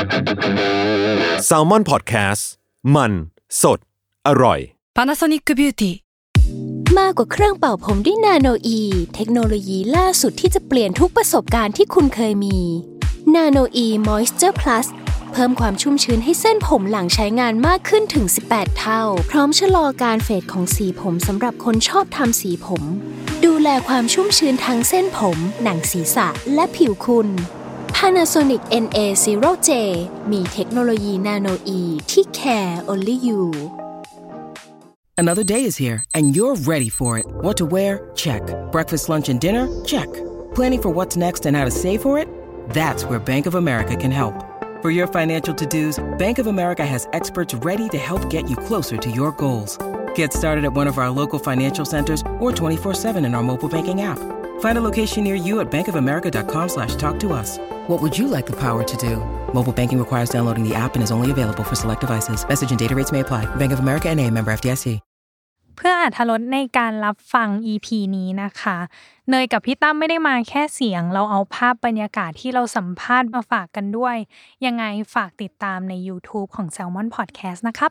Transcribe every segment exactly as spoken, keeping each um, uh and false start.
Salmon Podcast มันสดอร่อย Panasonic Beauty มากกว่าเครื่องเป่าผมด้วยนาโนอีเทคโนโลยีล่าสุดที่จะเปลี่ยนทุกประสบการณ์ที่คุณเคยมีนาโนอีมอยส์เจอร์พลัสเพิ่มความชุ่มชื้นให้เส้นผมหลังใช้งานมากขึ้นถึงสิบแปดเท่าพร้อมชะลอการเฟดของสีผมสำหรับคนชอบทำสีผมดูแลความชุ่มชื้นทั้งเส้นผมหนังศีรษะและผิวคุณ Panasonic เอ็น เอ ศูนย์ เจ มีเทคโนโลยีนาโนอีที่ care only you Another day is here, and you're ready for it. What to wear? Check. Breakfast, lunch, and dinner? Check. Planning for what's next and how to save for it? That's where Bank of America can help. For your financial to-dos, Bank of America has experts ready to help get you closer to your goals. Get started at one of our local financial centers or twenty-four seven in our mobile banking app. Find a location near you at bankofamerica.com slash talk to us. What would you like the power to do? Mobile banking requires downloading the app and is only available for select devices. Message and data rates may apply. Bank of America N A, member เอฟ ดี เอส ซีเพื่ออรรถรสในการรับฟัง อี พี นี้นะคะเนยกับพี่ตั้มไม่ได้มาแค่เสียงเราเอาภาพบรรยากาศที่เราสัมภาษณ์มาฝากกันด้วยยังไงฝากติดตามใน YouTube ของ Salmon Podcast นะครับ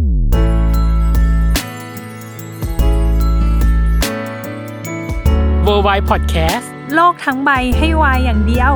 Worldwide Podcast โลกทั้งใบให้วายอย่างเดียว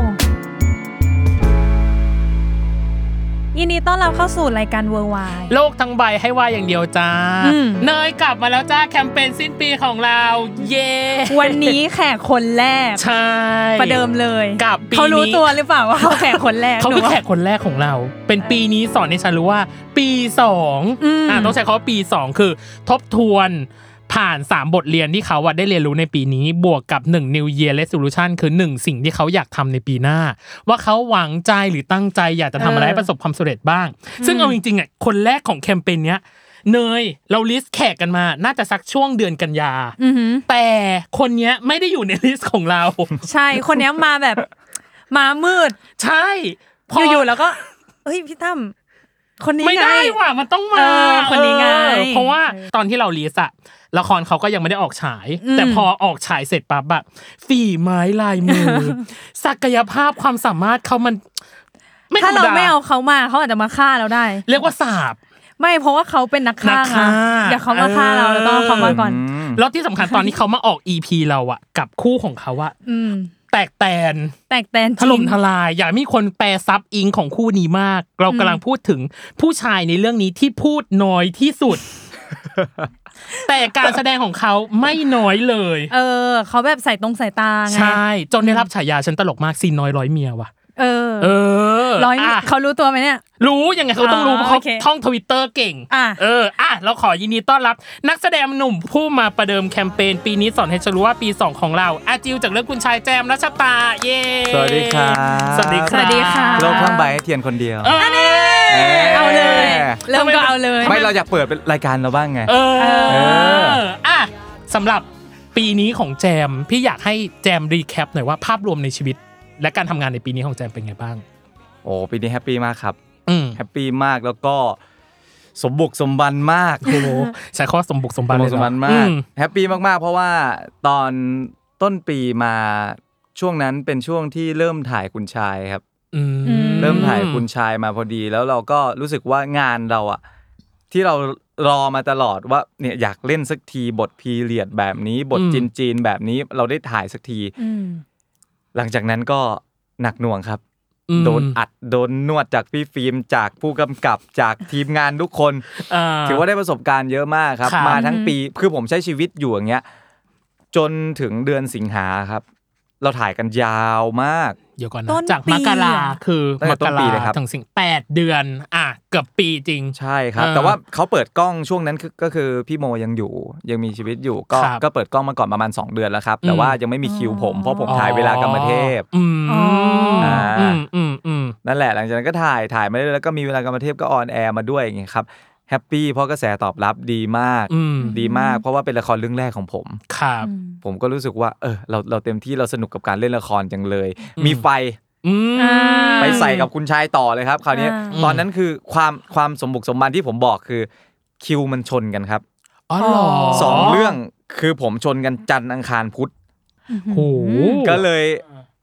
ยินดีต้อนรับเข้าสู่รายการ Worldwide โลกทั้งใบให้วายอย่างเดียวจ้าเนยกลับมาแล้วจ้าแคมเปญสิ้นปีของเราเย้วันนี้แขกคนแรกใช่ประเดิมเลยกับปีนี้เขารู้ตัวหรือเปล่าว่าเขาแขกคนแรกเขาคือแขกคนแรกของเราเป็นปีนี้สอนให้ฉันรู้ว่าปีสองอ่าต้องใช้คำว่าปีสองคือทบทวนผ่านสามบทเรียนที่เขาได้เรียนรู้ในปีนี้บวกกับหนึ่ง New Year Resolution คือหนึ่งสิ่งที่เขาอยากทำในปีหน้าว่าเขาหวังใจหรือตั้งใจอยากจะทำอะไรให้ประสบความสำเร็จบ้างซึ่งเอาจริงๆอ่ะคนแรกของแคมเปญเนี้ยเนยเราลิสต์แขกกันมาน่าจะสักช่วงเดือนกันยาแต่คนเนี้ยไม่ได้อยู่ในลิสต์ของเราใช่คนเนี้ยมาแบบมามืดใช่อยู่ๆแล้วก็เฮ้ยพี่ตั้มคนนี้ไม่ได้ว่ะมันต้องมาคนนี้ไงเพราะว่าตอนที่เราลิสต์อะละครเขาก็ยังไม่ได้ออกฉายแต่พอออกฉายเสร็จปั๊บอะฝีไม้ลายมือศักยภาพความสามารถเขามันถ้าเราไม่เอาเขามาเขาอาจจะมาฆ่าเราได้เรียกว่าสาบไม่เพราะว่าเขาเป็นนักฆ่าเดี๋ยวเขามาฆ่าเราเราต้องเอาเขามาก่อนแล้วที่สำคัญตอนนี้เขามาออก อี พี เราอะกับคู่ของเขาอะแตกแตนแตกแตนถล่มทลายอยากมีคนแปลซับอิงของคู่นี้มากเรากำลังพูดถึงผู้ชายในเรื่องนี้ที่พูดน้อยที่สุดแต่การแสดงของเขาไม่น้อยเลยเออเขาแบบใส่ตรงใส่ตาไงใช่จนได้รับฉายาฉันตลกมากซีนน้อยร้อยเมียว่ะเออเออร้อยเขารู้ตัวไหมเนี่ยรู้ยังไงเขาต้องรู้เพราะเขาท่อง Twitter เก่งเอออ่ะเราขอยินดีต้อนรับนักแสดงหนุ่มผู้มาประเดิมแคมเปญปีนี้สอนให้ฉันรู้ว่าปีสองของเราอาจิวจากเรื่องคุณชายแจมรัชตาเย้สวัสดีครับสวัสดีครับสวัสดีค่ะโลกทั้งใบให้เทียนคนเดียวเอาเลยเริ่มก็เอาเลยไม่เราอยากเปิดเป็นรายการเราบ้างไงเอออ่ะสำหรับปีนี้ของแจมพี่อยากให้แจมรีแคปหน่อยว่าภาพรวมในชีวิตและการทำงานในปีนี้ของแจมเป็นไงบ้างโอ้ปีนี้แฮปปี้มากครับแฮปปี้มากแล้วก็สมบุกสมบันมากโอ้โหใช้ข้อสมบุกสมบันเลยสมบันมากแฮปปี้มากๆเพราะว่าตอนต้นปีมาช่วงนั้นเป็นช่วงที่เริ่มถ่ายคุณชายครับเริ่มถ่ายคุณชายมาพอดีแล้วเราก็รู้สึกว่างานเราอะที่เรารอมาตลอดว่าเนี่ยอยากเล่นสักทีบทพีเรียดแบบนี้บทจีนๆแบบนี้เราได้ถ่ายสักทีหลังจากนั้นก็หนักหน่วงครับโดนอัดโดนนวดจากพี่ฟิล์มจากผู้กำกับจากทีมงานทุกคนถือว่าได้ประสบการณ์เยอะมากครับมาทั้งปีคือผมใช้ชีวิตอยู่อย่างเงี้ยจนถึงเดือนสิงหาครับเราถ่ายกันยาวมากเดี๋ยวก่อนนะจากมกราคือมกราถึงสิงแปดเดือนอ่ะเกือบปีจริงใช่ครับแต่ว่าเขาเปิดกล้องช่วงนั้นก็คือพี่โมยังอยู่ยังมีชีวิตอยู่ก็ก็เปิดกล้องมาก่อนประมาณสองเดือนแล้วครับแต่ว่ายังไม่มีคิวผมเพราะผมถ่ายเวลากรรมเทพอืมอ่าอืมนั่นแหละหลังจากนั้นก็ถ่ายถ่ายมาเรื่อยๆแล้วก็มีเวลากรรมเทพก็ออนแอร์มาด้วยอย่างเงี้ยครับแฮปปี้เพราะกระแสตอบรับดีมากดีมากเพราะว่าเป็นละครเรื่องแรกของผมครับผมก็รู้สึกว่าเออเราเราเต็มที่เราสนุกกับการเล่นละครจังเลยมีไฟไปใส่กับคุณชายต่อเลยครับคราวนี้ตอนนั้นคือความความสมบุกสมบันที่ผมบอกคือคิวมันชนกันครับอ๋อเหรอสองเรื่องคือผมชนกันจันทร์อังคารพุธโหก็เลย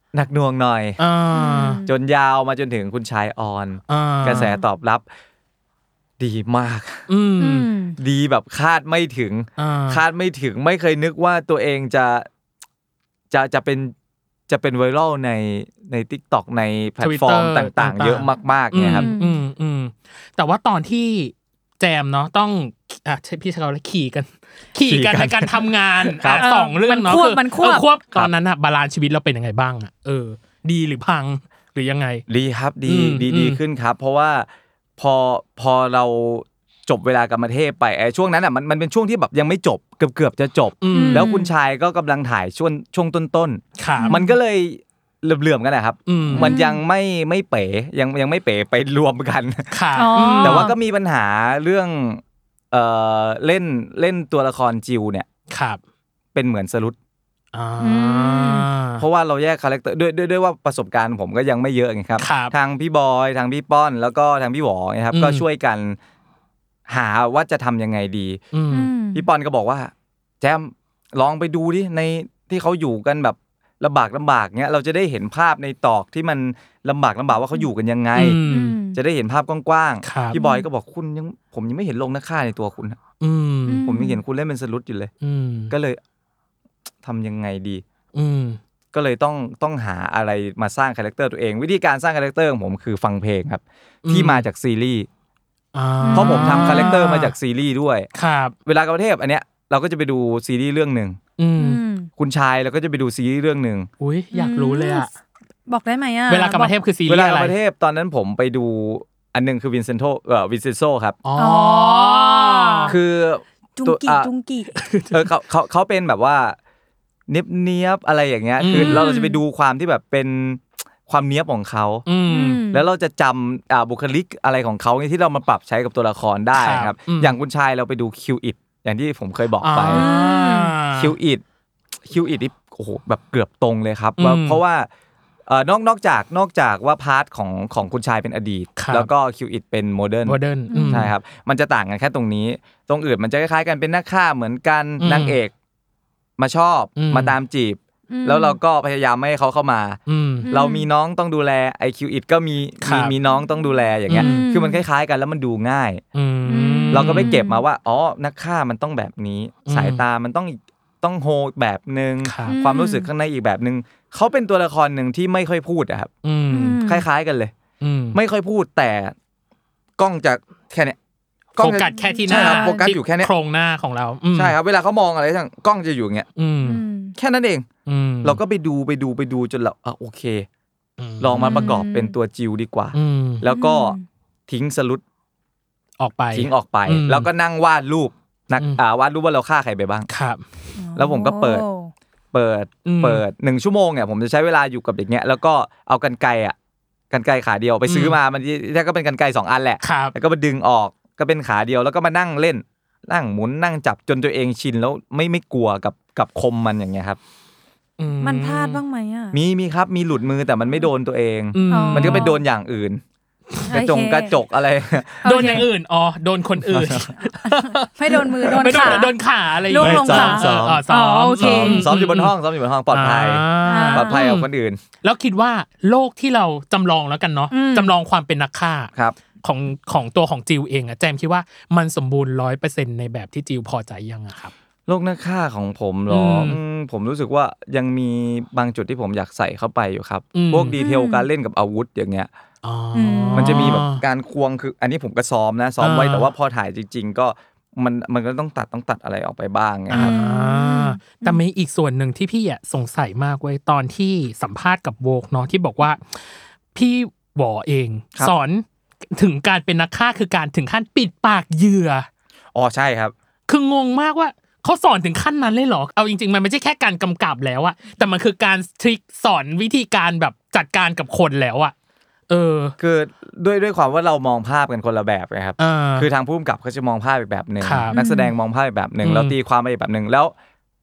หนักหน่วงหน่อยจนยาวมาจนถึงคุณชายออนกระแสตอบรับดีมากดีแบบคาดไม่ถึงคาดไม่ถึงไม่เคยนึกว่าตัวเองจะจะจะเป็นจะเป็นไวรัลในใน TikTok ในแพลตฟอร์มต่างๆเยอะมากๆเนี่ยครับอืมๆแต่ว่าตอนที่แจมเนาะต้องอ่ะพี่ชายเราขี่กันขี่กันในการทำงานสองเรื่องเนาะคือมันควบตอนนั้นอะบาลานซ์ชีวิตเราเป็นยังไงบ้างอะเออดีหรือพังหรือยังไงดีครับดีดีดีขึ้นครับเพราะว่าพอพอเราจบเวลากรรมเทพไปไอ้ช่วงนั้นอ่ะมันมันเป็นช่วงที่แบบยังไม่จบเกือบๆจะจบแล้วคุณชายก็กำลังถ่ายช่วงช่วงต้นๆมันก็เลยเหลื่อมๆกันนะครับมันยังไม่ไม่เป๋ยังยังไม่เป๋ไปรวมกันแต่ว่าก็มีปัญหาเรื่องเอ่อเล่นเล่นตัวละครจิวเนี่ยเป็นเหมือนสรุตเพราะว่าเราแยกคาแรคเตอร์ด้วยด้วยด้วยว่าประสบการณ์ผมก็ยังไม่เยอะไงครับทางพี่บอยทางพี่ป้อนแล้วก็ทางพี่หวอนะครับก็ช่วยกันหาว่าจะทำยังไงดีพี่ป้อนก็บอกว่าแจมลองไปดูดิในที่เขาอยู่กันแบบลำบากลำบากเงี้ยเราจะได้เห็นภาพในตอกที่มันลำบากลำบากว่าเขาอยู่กันยังไงจะได้เห็นภาพกว้างๆพี่บอยก็บอกคุณยังผมยังไม่เห็นลงนักฆ่าในตัวคุณผมยังเห็นคุณเล่นเป็นสลุดอยู่เลยก็เลยทำยังไงดีก็เลยต้องต้องหาอะไรมาสร้างคาแรคเตอร์ตัวเองวิธีการสร้างคาแรคเตอร์ของผมคือฟังเพลงครับที่มาจากซีรีส์เพราะผมทำคาแรคเตอร์มาจากซีรีส์ด้วยเวลากรรมเทพอันเนี้ยเราก็จะไปดูซีรีส์เรื่องนึงคุณชายเราก็จะไปดูซีรีส์เรื่องนึงอุ๊ยอยากรู้เลยอ่ะบอกได้ไหมอ่ะเวลากรรมเทพคือซีรีส์อะไรเวลากรรมเทพตอนนั้นผมไปดูอันนึงคือวินเซนโตเอ่อวินเซนโซครับอ๋อคือจุงกิจุงกิเออเขาเขาเขาเป็นแบบว่าเนียบเนียบอะไรอย่างเงี้ยคือเราจะไปดูความที่แบบเป็นความเนียบของเขาแล้วเราจะจำอ่าบุคลิกอะไรของเขาที่เรามาปรับใช้กับตัวละครได้ครับอย่างคุณชายเราไปดูคิวอิดอย่างที่ผมเคยบอกไปคิวอิดคิวอิดนี่โอ้โหแบบเกือบตรงเลยครับเพราะว่าเอ่อนอกนอกจากนอกจากว่าพาร์ทของของคุณชายเป็นอดีตแล้วก็คิวอิดเป็นโมเดิร์นโมเดิร์นใช่ครับมันจะต่างกันแค่ตรงนี้ตรงอื่นมันจะคล้ายๆกันเป็นนักฆ่าเหมือนกันนางเอกมาชอบมาตามจีบแล้วเราก็พยายามไม่ให้เขาเข้ามาเรามีน้องต้องดูแลไอคิวอิดก็มีมีมีน้องต้องดูแลอย่างเงี้ยคือมันคล้ายๆกันแล้วมันดูง่ายเราก็ไปเก็บมาว่าอ๋อนักฆ่ามันต้องแบบนี้สายตามันต้องต้องโฮแบบนึงความรู้สึกข้างในอีกแบบนึงเขาเป็นตัวละครนึงที่ไม่ค่อยพูดอะครับคล้ายๆกันเลยไม่ค่อยพูดแต่กล้องจะแค่เนี้ยโฟกัสแค่ที่หน้าโฟกัสอยู่แค่นี้โครงหน้าของเราใช่ครับเวลาเขามองอะไรทั้งกล้องจะอยู่อย่างเงี้ยแค่นั้นเองเราก็ไปดูไปดูไปดูจนเราอ่ะโอเคลองมาประกอบเป็นตัวจิวดีกว่าแล้วก็ทิ้งสลุดออกไปทิ้งออกไปแล้วก็นั่งวาดรูปนักอ่าวาดรูปว่าเราฆ่าใครไปบ้างครับแล้วผมก็เปิดเปิดเปิดหนึ่งชั่วโมงเนี่ยผมจะใช้เวลาอยู่กับอย่างเงี้ยแล้วก็เอากรรไกรอ่ะกรรไกรขาเดียวไปซื้อมามันถ้าก็เป็นกรรไกรสองอันแหละแล้วก็มาดึงออกก็เป็นขาเดียวแล้วก็มานั่งเล่นนั่งหมุนนั่งจับจนตัวเองชินแล้วไม่ไม่กลัวกับกับคมมันอย่างเงี้ยครับมันพลาดบ้างไหมอ่ะมีมีครับมีหลุดมือแต่มันไม่โดนตัวเองมันก็ไปโดนอย่างอื่นกระจงกระจกอะไรโดนอย่างอื่นอ๋อโดนคนอื่นไม่โดนมือโดนขาโดนขาอะไรลูกลงขาซ้อมซ้อมซ้อมอยู่บนห้องซ้อมอยู่บนห้องปลอดภัยปลอดภัยกับคนอื่นแล้วคิดว่าโลกที่เราจำลองแล้วกันเนาะจำลองความเป็นนักฆ่าของของตัวของจิวเองอะแจมคิดว่ามันสมบูรณ์ ร้อยเปอร์เซ็นต์ ในแบบที่จิวพอใจยังอะครับโลกนักฆ่าของผมหรอผมรู้สึกว่ายังมีบางจุดที่ผมอยากใส่เข้าไปอยู่ครับพวกดีเทลการเล่นกับอาวุธอย่างเงี้ยมันจะมีแบบการควงคืออันนี้ผมก็ซ้อมนะซ้อมไว้แต่ว่าพอถ่ายจริงๆก็มันมันก็ต้องตัดต้องตัดอะไรออกไปบ้างไงครับแต่มีอีกส่วนหนึ่งที่พี่อะสงสัยมากเว้ยตอนที่สัมภาษณ์กับโวกเนาะที่บอกว่าพี่หวอเองสอนถึงการเป็นนักฆ่าคือการถึงขั้นปิดปากเหยื่ออ๋อใช่ครับคืองงมากว่าเขาสอนถึงขั้นนั้นเลยเหรอเอาจริงๆมันไม่ใช่แค่การกำกับแล้วอะแต่มันคือการทริคสอนวิธีการแบบจัดการกับคนแล้วอะเออคือด้วยด้วยความว่าเรามองภาพกันคนละแบบนะครับคือทางผู้กำกับเขาจะมองภาพอีกแบบนึงนักแสดงมองภาพอีกแบบนึงแล้วตีความไปอีกแบบนึงแล้วพ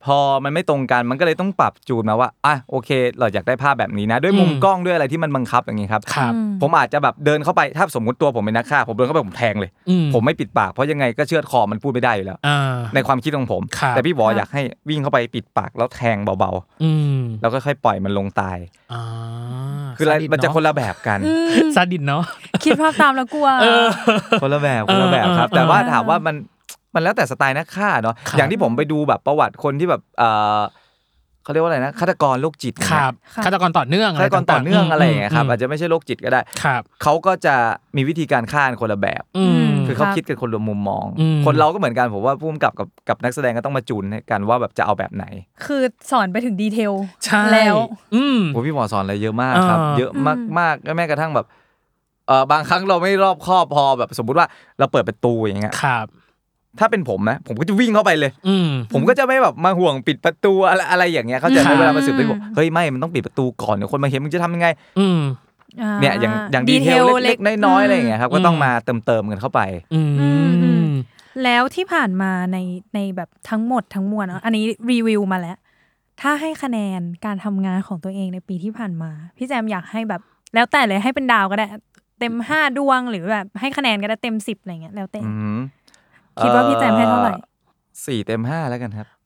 พอมันไม่ตรงกันมันก็เลยต้องปรับจูนมาว่าอ่ะโอเคเราอยากได้ภาพแบบนี้นะด้วยมุมกล้องด้วยอะไรที่มันบังคับอย่างงี้ครับผมอาจจะแบบเดินเข้าไปถ้าสมมุติตัวผมเป็นนักฆ่าผมเดินเข้าไปผมแทงเลยผมไม่ปิดปากเพราะยังไงก็เชือดคอมันพูดไม่ได้อยู่แล้วในความคิดของผมแต่พี่บออยากให้วิ่งเข้าไปปิดปากแล้วแทงเบาๆแล้วก็ค่อยปล่อยมันลงตายคือมันจะคนละแบบกันซาดิสเนาะคิดภาพตามแล้วกลัวคนละแบบคนละแบบครับแต่ว่าถามว่ามันมันแล้วแต่สไตล์นักฆ่าเนาะอย่างที่ผมไปดูแบบประวัติคนที่แบบเอ่อเขาเรียกว่าอะไรนะฆาตกรโรคจิตครับฆาตกรต่อเนื่องฆาตกรต่อเนื่องอะไรอย่างเงี้ยครับอาจจะไม่ใช่โรคจิตก็ได้เขาก็จะมีวิธีการฆ่าคนละแบบคือเขาคิดกันคนละมุมมองคนเราก็เหมือนกันผมว่าผู้กำกับกับกับนักแสดงก็ต้องมาจูนกันว่าแบบจะเอาแบบไหนคือสอนไปถึงดีเทลแล้วโอ้พี่หมอสอนอะไรเยอะมากครับเยอะมากๆแม้กระทั่งแบบเอ่อบางครั้งเราไม่รอบคอบพอแบบสมมุติว่าเราเปิดประตูอย่างเงี้ยครับถ้าเป็นผมนะผมก็จะวิ่งเข้าไปเลยผมก็จะไม่แบบมาห่วงปิดประตูอะไรอะไรอย่างเงี้ยเข้าใจไหมเวลามาสืบไปบอกเฮ้ยไม่มันต้องปิดประตูก่อนเดี๋ยวคนมาเห็นมึงจะทำยังไงเนี่ยอย่างอย่างดีเทลเล็กๆน้อยๆอะไรอย่างเงี้ยครับก็ต้องมาเติมเติมกันเข้าไปแล้วที่ผ่านมาในในแบบทั้งหมดทั้งมวลอันนี้รีวิวมาแล้วถ้าให้คะแนนการทำงานของตัวเองในปีที่ผ่านมาพี่แจมอยากให้แบบแล้วแต่เลยให้เป็นดาวก็ได้เต็มห้าดวงหรือแบบให้คะแนนก็ได้เต็มสิบอะไรเงี้ยแล้วแต่คิดว่าพี่แจมให้เท่าไหร่สี่เต็มห้าแล้วกันครับ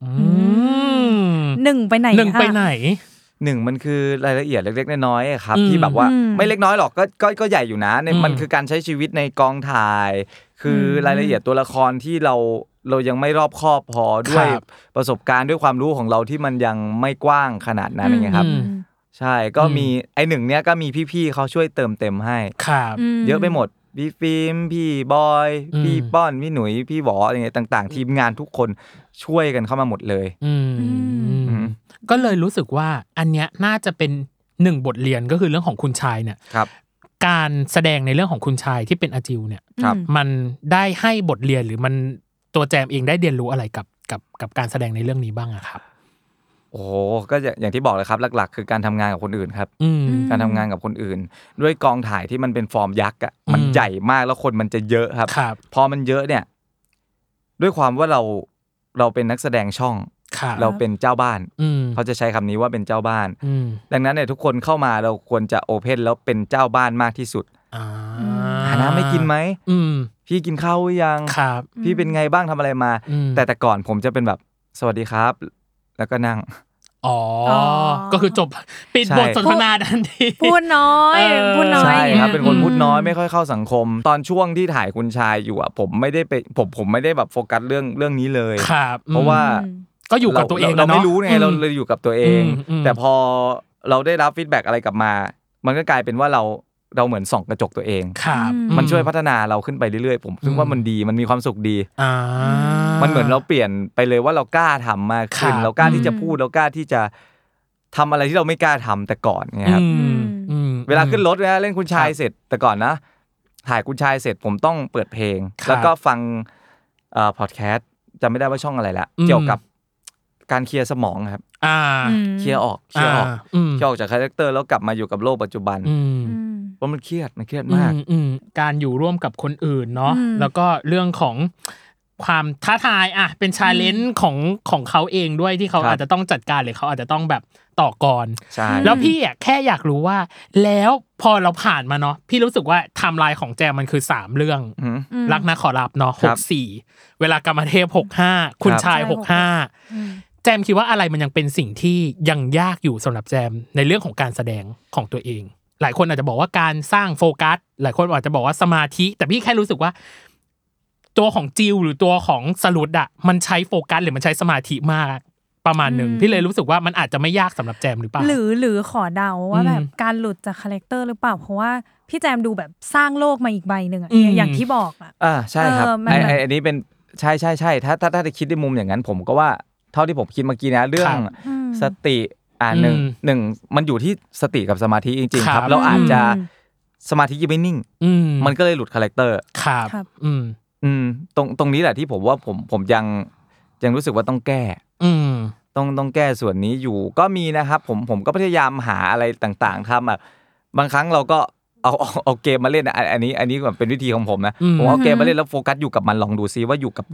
หนึ่งไปไหนหนึ่งไปไหนหนึ่งมันคือรายละเอียดเล็กๆน้อยๆครับที่แบบว่าไม่เล็กน้อยหรอกก็ก็ก็ใหญ่อยู่นะมันคือการใช้ชีวิตในกองถ่ายคือรายละเอียดตัวละครที่เราเรายังไม่รอบคอบพอด้วยประสบการณ์ด้วยความรู้ของเราที่มันยังไม่กว้างขนาดนั้นอย่างเงี้ยครับใช่ก็มีไอหนึ่งเนี้ยก็มีพี่ๆเขาช่วยเติมเต็มให้เยอะไปหมดพี่ฟิล์มพี่บอยพี่ป้อนพี่หนุ่ยพี่หวออะไรเงี้ยต่างๆทีมงานทุกคนช่วยกันเข้ามาหมดเลยก็เลยรู้สึกว่าอันเนี้ยน่าจะเป็นหนึ่งบทเรียนก็คือเรื่องของคุณชายเนี่ยการแสดงในเรื่องของคุณชายที่เป็นอาจิวเนี่ยมันได้ให้บทเรียนหรือมันตัวแจมเองได้เรียนรู้อะไรกับกับกับการแสดงในเรื่องนี้บ้างอะครับโอ้ก็อย่างที่บอกเลยครับหลักๆคือการทำงานกับคนอื่นครับการทำงานกับคนอื่นด้วยกองถ่ายที่มันเป็นฟอร์มยักษ์อ่ะมันใหญ่มากแล้วคนมันจะเยอะครับพอมันเยอะเนี่ยด้วยความว่าเราเราเป็นนักแสดงช่องเราเป็นเจ้าบ้านเขาจะใช้คำนี้ว่าเป็นเจ้าบ้านดังนั้นเนี่ยทุกคนเข้ามาเราควรจะโอเพนแล้วเป็นเจ้าบ้านมากที่สุดหาน้ำไม่กินไหมพี่กินข้าวหรือยังพี่เป็นไงบ้างทำอะไรมาแต่แต่ก่อนผมจะเป็นแบบสวัสดีครับแล้วก็นั่งอ๋อก็คือจบปิดบทสนทนาทันทีพูดน้อยพูดน้อยใช่ครับเป็นคนพูดน้อยไม่ค่อยเข้าสังคมตอนช่วงที่ถ่ายคุณชายอยู่อ่ะผมไม่ได้ไปผมผมไม่ได้แบบโฟกัสเรื่องเรื่องนี้เลยเพราะว่าก็อยู่กับตัวเองเราไม่รู้ไงเราเลยอยู่กับตัวเองแต่พอเราได้รับฟีดแบ็กอะไรกลับมามันก็กลายเป็นว่าเราเราเหมือนส่องกระจกตัวเองมันช่วยพัฒนาเราขึ้นไปเรื่อยๆผมคิดว่ามันดีมันมีความสุขดีมันเหมือนเราเปลี่ยนไปเลยว่าเรากล้าทำมากขึ้นเรากล้าที่จะพูดเรากล้าที่จะทำอะไรที่เราไม่กล้าทำแต่ก่อนเนี่ยครับเวลาขึ้นรถเล่นคุณชายเสร็จแต่ก่อนนะถ่ายคุณชายเสร็จผมต้องเปิดเพลงแล้วก็ฟังเอ่อพอดแคสต์จำไม่ได้ว่าช่องอะไรละเกี่ยวกับการเคลียร์สมองครับเคลียร์ออกเคลียร์ออกเคลียร์ออกจากคาแรคเตอร์แล้วกลับมาอยู่กับโลกปัจจุบันเพราะมันเครียดมันเครียดมากการอยู่ร่วมกับคนอื่นเนาะแล้วก็เรื่องของความท้าทายอ่ะเป็น challenge ของของเขาเองด้วยที่เขาอาจจะต้องจัดการหรือเขาอาจจะต้องแบบต่อกรแล้วพี่อ่ะแค่อยากรู้ว่าแล้วพอเราผ่านมาเนาะพี่รู้สึกว่าไทม์ไลน์ของแจมมันคือสามเรื่องรักนะขอรับเนาะหกสิบสี่เวลากรรมเทพหกสิบห้าคุณชายหกสิบห้าแจมคิดว่าอะไรมันยังเป็นสิ่งที่ยังยากอยู่สำหรับแจมในเรื่องของการแสดงของตัวเองหลายคนอาจจะบอกว่าการสร้างโฟกัสหลายคนอาจจะบอกว่าสมาธิแต่พี่แค่รู้สึกว่าตัวของจิวหรือตัวของสลุดอ่ะมันใช้โฟกัสหรือมันใช้สมาธิมากประมาณนึงพี่เลยรู้สึกว่ามันอาจจะไม่ยากสำหรับแจมหรือเปล่าหรือหรือขอเดาว่าแบบการหลุดจากคาแรคเตอร์หรือเปล่าเพราะว่าพี่แจมดูแบบสร้างโลกมาอีกใบนึงอ่ะอย่างที่บอกอ่ะอ่าใช่ครับไอ้ไอ้อันนี้เป็นใช่ๆๆถ้าถ้าถ้าจะคิดในมุมอย่างนั้นผมก็ว่าเท่าที่ผมคิดเมื่อกี้นะเรื่องสติอ่าหนึ่งหนึ่งมันอยู่ที่สติกับสมาธิจริงๆครับเราอาจจะสมาธิยังไม่นิ่งมันก็เลยหลุดคาแรคเตอร์ครับอืมอืมตรงตรงนี้แหละที่ผมว่าผมผมยังยังรู้สึกว่าต้องแก้ต้องต้องแก้ส่วนนี้อยู่ก็มีนะครับผมผมก็พยายามหาอะไรต่างๆทำแบบบางครั้งเราก็เอาเอาเกมมาเล่นอันนี้อันนี้แบบเป็นวิธีของผมนะผมเอาเกมมาเล่นแล้วโฟกัสอยู่กับมันลองดูซิว่าอยู่กับเนี้ย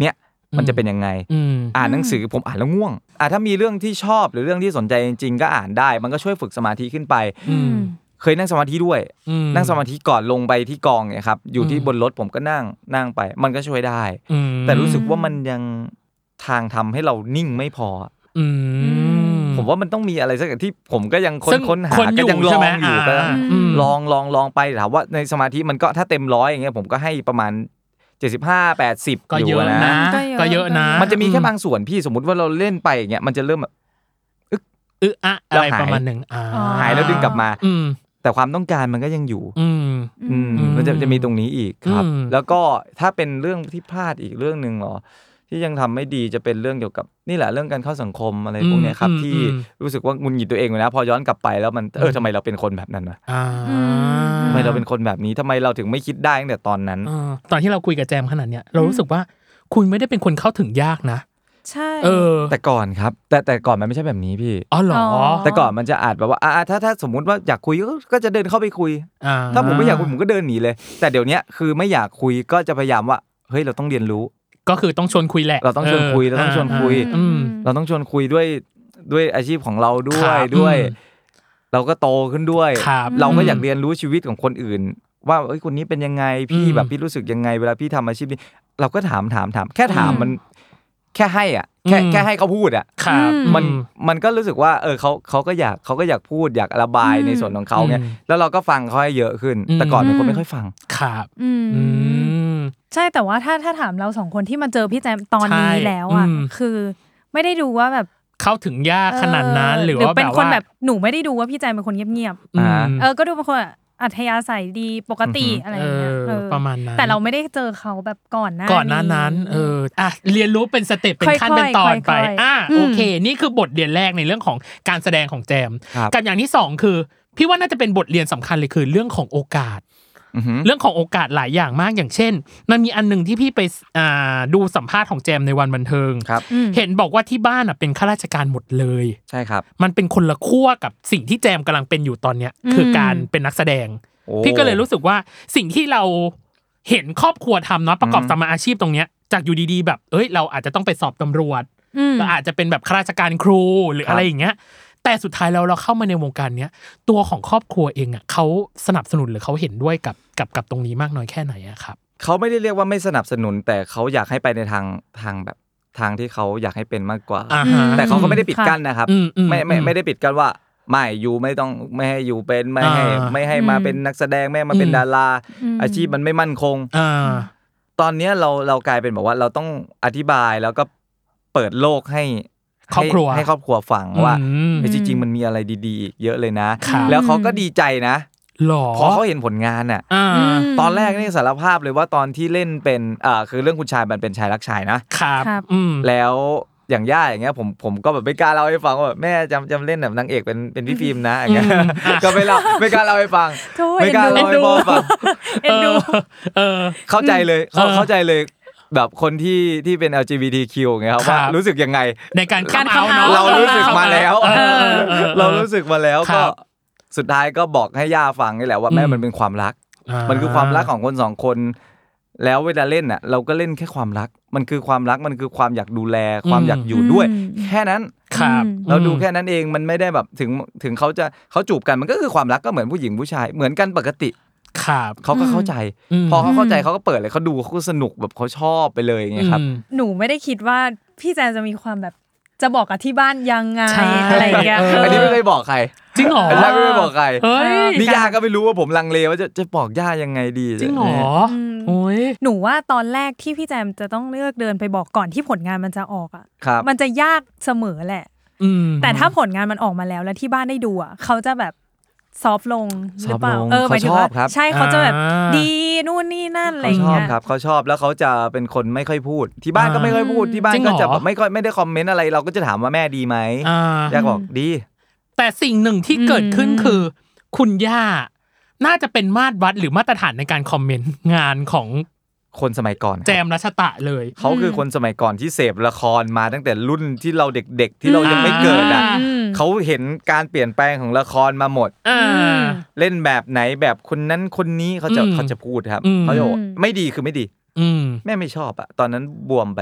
มันจะเป็นยังไงอ่านหนังสือผมอ่านแล้วง่วงอ่ะถ้ามีเรื่องที่ชอบหรือเรื่องที่สนใจจริงๆก็อ่านได้มันก็ช่วยฝึกสมาธิขึ้นไปเคยนั่งสมาธิด้วยนั่งสมาธิก่อนลงไปที่กองเนี่ยครับอยู่ที่บนรถผมก็นั่งนั่งไปมันก็ช่วยได้แต่รู้สึกว่ามันยังทางทำให้เรานิ่งไม่พอผมว่ามันต้องมีอะไรสักอย่างที่ผมก็ยังค้นค้นหาก็ยังลองอยู่ก็ลองลองลองไปถามว่าในสมาธิมันก็ถ้าเต็มร้อยอย่างเงี้ยผมก็ให้ประมาณเจ็ดสิบห้า แปดสิบอยู่นะก็เยอะนะมันจะมีแค่บางส่วนพี่สมมุติว่าเราเล่นไปอย่างเงี้ยมันจะเริ่มแบบอึ๊กอึ๊ะอะไรประมาณนึงหายแล้วดึงกลับมาแต่ความต้องการมันก็ยังอยู่อืมมันจะจะมีตรงนี้อีกครับแล้วก็ถ้าเป็นเรื่องที่พลาดอีกเรื่องนึงเหรอที่ยังทำไม่ดีจะเป็นเรื่องเกี่ยวกับนี่แหละเรื่องการเข้าสังคมอะไรพวกนี้ครับที่รู้สึกว่างุนหงิดตัวเองเลยนะพอย้อนกลับไปแล้วมันเออทำไมเราเป็นคนแบบนั้นวะทำไมเราเป็นคนแบบนี้ทำไมเราถึงไม่คิดได้ตั้งแต่ตอนนั้นตอนที่เราคุยกับแจมขนาดเนี้ยเรารู้สึกว่าคุณไม่ได้เป็นคนเข้าถึงยากนะใช่เออแต่ก่อนครับแต่แต่ก่อนมันไม่ใช่แบบนี้พี่อ๋อเหรอแต่ก่อนมันจะอาจแบบว่าอ่าถ้าถ้าสมมุติว่าอยากคุยก็จะเดินเข้าไปคุยถ้าผมไม่อยากคุยผมก็เดินหนีเลยแต่เดี๋ยวนี้คือไม่อยากคุยก็จะพยายามว่าเฮ้ยเราต้องเรียนรู้ก็คือต้องชวนคุยแหละเราต้องชวนคุยเราต้องชวนคุยเราต้องชวนคุยด้วยด้วยอาชีพของเราด้วยด้วยเราก็โตขึ้นด้วยเราก็อยากเรียนรู้ชีวิตของคนอื่นว่าเอ้ยคนนี้เป็นยังไงพี่แบบพี่รู้สึกยังไงเวลาพี่ทำอาชีพนี้เราก็ถามถามถามแค่ถามมันแค่ให้อ่ะแค่แค่ให้เขาพูดอ่ะมันมันก็รู้สึกว่าเออเขาเขาก็อยากเขาก็อยากพูดอยากระบายในส่วนของเขาเนี่ยแล้วเราก็ฟังเขาให้เยอะขึ้นแต่ก่อนเป็นคนไม่ค่อยฟังครับใช่แต่ว่าถ้าถ้าถามเราสองคนที่มาเจอพี่แจมตอนนี้แล้วอ่ะคือไม่ได้ดูว่าแบบเข้าถึงยากขนาดนั้นหรือว่าเป็นคนแบบหนูไม่ได้ดูว่าพี่แจมเป็นคนเงียบๆเออก็ดูเป็นคนอัธยาศัยดีปกติอะไรอย่างเงี้ยประมาณนั้นแต่เราไม่ได้เจอเขาแบบก่อนหน้าก่อนหน้านั้นเอออ่ะเรียนรู้เป็นสเต็ปเป็นขั้นเป็นตอนไปอ่ะโอเคนี่คือบทเรียนแรกในเรื่องของการแสดงของแจมกับอย่างที่สองคือพี่ว่าน่าจะเป็นบทเรียนสำคัญเลยคือเรื่องของโอกาสเรื่องของโอกาสหลายอย่างมากอย่างเช่นมันมีอันนึงที่พี่ไปดูสัมภาษณ์ของแจมในวันบันเทิงเห็นบอกว่าที่บ้านเป็นข้าราชการหมดเลยใช่ครับมันเป็นคนละขั้วกับสิ่งที่แจมกำลังเป็นอยู่ตอนเนี้ยคือการเป็นนักแสดงพี่ก็เลยรู้สึกว่าสิ่งที่เราเห็นครอบครัวทำเนาะประกอบสมาอาชีพตรงเนี้ยจากอยู่ดีๆแบบเอ้ยเราอาจจะต้องไปสอบตำรวจเราอาจจะเป็นแบบข้าราชการครูหรืออะไรอย่างเงี้ยแต่สุดท้ายแล้วเราเข้ามาในวงการเนี้ยตัวของครอบครัวเองอ่ะเขาสนับสนุนหรือเขาเห็นด้วยกับกับกับตรงนี้มากน้อยแค่ไหนอะครับเขาไม่ได้เรียกว่าไม่สนับสนุนแต่เขาอยากให้ไปในทางทางแบบทางที่เขาอยากให้เป็นมากกว่าแต่เขาก็ไม่ได้ปิดกั้นนะครับไม่ไม่ไม่ได้ปิดกั้นว่าไม่อยู่ไม่ต้องไม่ให้อยู่เป็นไม่ให้ไม่ให้มาเป็นนักแสดงไม่มาเป็นดาราอาชีพมันไม่มั่นคงตอนนี้เราเรากลายเป็นแบบว่าเราต้องอธิบายแล้วก็เปิดโลกให้ครอบครัวให้ครอบครัวฟังว่าจริงๆมันมีอะไรดีๆเยอะเลยนะแล้วเขาก็ดีใจนะเพราะเขาเห็นผลงานอ่ะตอนแรกนี่สารภาพเลยว่าตอนที่เล่นเป็นอ่าคือเรื่องคุณชายมันเป็นชายรักชายนะครับแล้วอย่างย่าอย่างเงี้ยผมผมก็แบบไม่กล้าเล่าให้ฟังว่าแม่จำจำเล่นแบบนางเอกเป็นเป็นพี่ฟิล์มนะอย่างเงี้ยก็ไม่เล่าไม่กล้าเล่าให้ฟังไม่กล้าเล่าให้พ่อฟังเอ็นดูเออเข้าใจเลยเขาเข้าใจเลยแบบคนที่ที่เป็น แอล จี บี ที คิว ไงครับว่ารู้สึกยังไงในการคัมเอาท์เนาะเรารู้สึกมาแล้วเรารู้สึกมาแล้วก็สุดท้ายก็บอกให้ย่าฟังนี่แหละว่าแม่มันเป็นความรักมันคือความรักของคนสองคนแล้วเวลาเล่นน่ะเราก็เล่นแค่ความรักมันคือความรักมันคือความอยากดูแลความอยากอยู่ด้วยแค่นั้นครับเราดูแค่นั้นเองมันไม่ได้แบบถึงถึงเขาจะเขาจูบกันมันก็คือความรักก็เหมือนผู้หญิงผู้ชายเหมือนกันปกติครับเขาก็เข้าใจพอเขาเข้าใจเขาก็เปิดเลยเขาดูเขาสนุกแบบเขาชอบไปเลยไงครับหนูไม่ได้คิดว่าพี่แจนจะมีความแบบจะบอกกับที่บ้านยังไงอะไรอย่างเงี้ยอันนี้ไม่เคยบอกใครจริงเหรออันนี้ไม่เคยบอกใครนี่ย่าก็ไม่รู้ว่าผมลังเลว่าจะจะบอกย่ายังไงดีจริงเหรอโอ้ยหนูว่าตอนแรกที่พี่แจมจะต้องเลือกเดินไปบอกก่อนที่ผลงานมันจะออกอ่ะมันจะยากเสมอแหละแต่ถ้าผลงานมันออกมาแล้วแล้วที่บ้านได้ดูอ่ะเขาจะแบบซอฟลงหรือเปล่าเออหมายถึงว่าใช่เขาจะแบบดีนู่นนี่นั่นอะไรอย่างเงี้ยเขาชอบครับเขาชอบแล้วเขาจะเป็นคนไม่ค่อยพูดที่บ้านก็ไม่ค่อยพูดที่บ้านก็จะแบบไม่ค่อยไม่ได้คอมเมนต์อะไรเราก็จะถามว่าแม่ดีไหมย่าบอกดีแต่สิ่งหนึ่งที่เกิดขึ้นคือคุณย่าน่าจะเป็นมาตรวัดหรือมาตรฐานในการคอมเมนต์งานของคนสมัยก่อนแจมรัชตะเลยเขาคือคนสมัยก่อนที่เสพละครมาตั้งแต่รุ่นที่เราเด็กๆที่เรายังไม่เกิดอ่ะเขาเห็นการเปลี่ยนแปลงของละครมาหมดเล่นแบบไหนแบบคนนั้นคนนี้เขาจะเขาจะพูดครับเขาจะบอกไม่ดีคือไม่ดีแม่ไม่ชอบอ่ะตอนนั้นบวมไป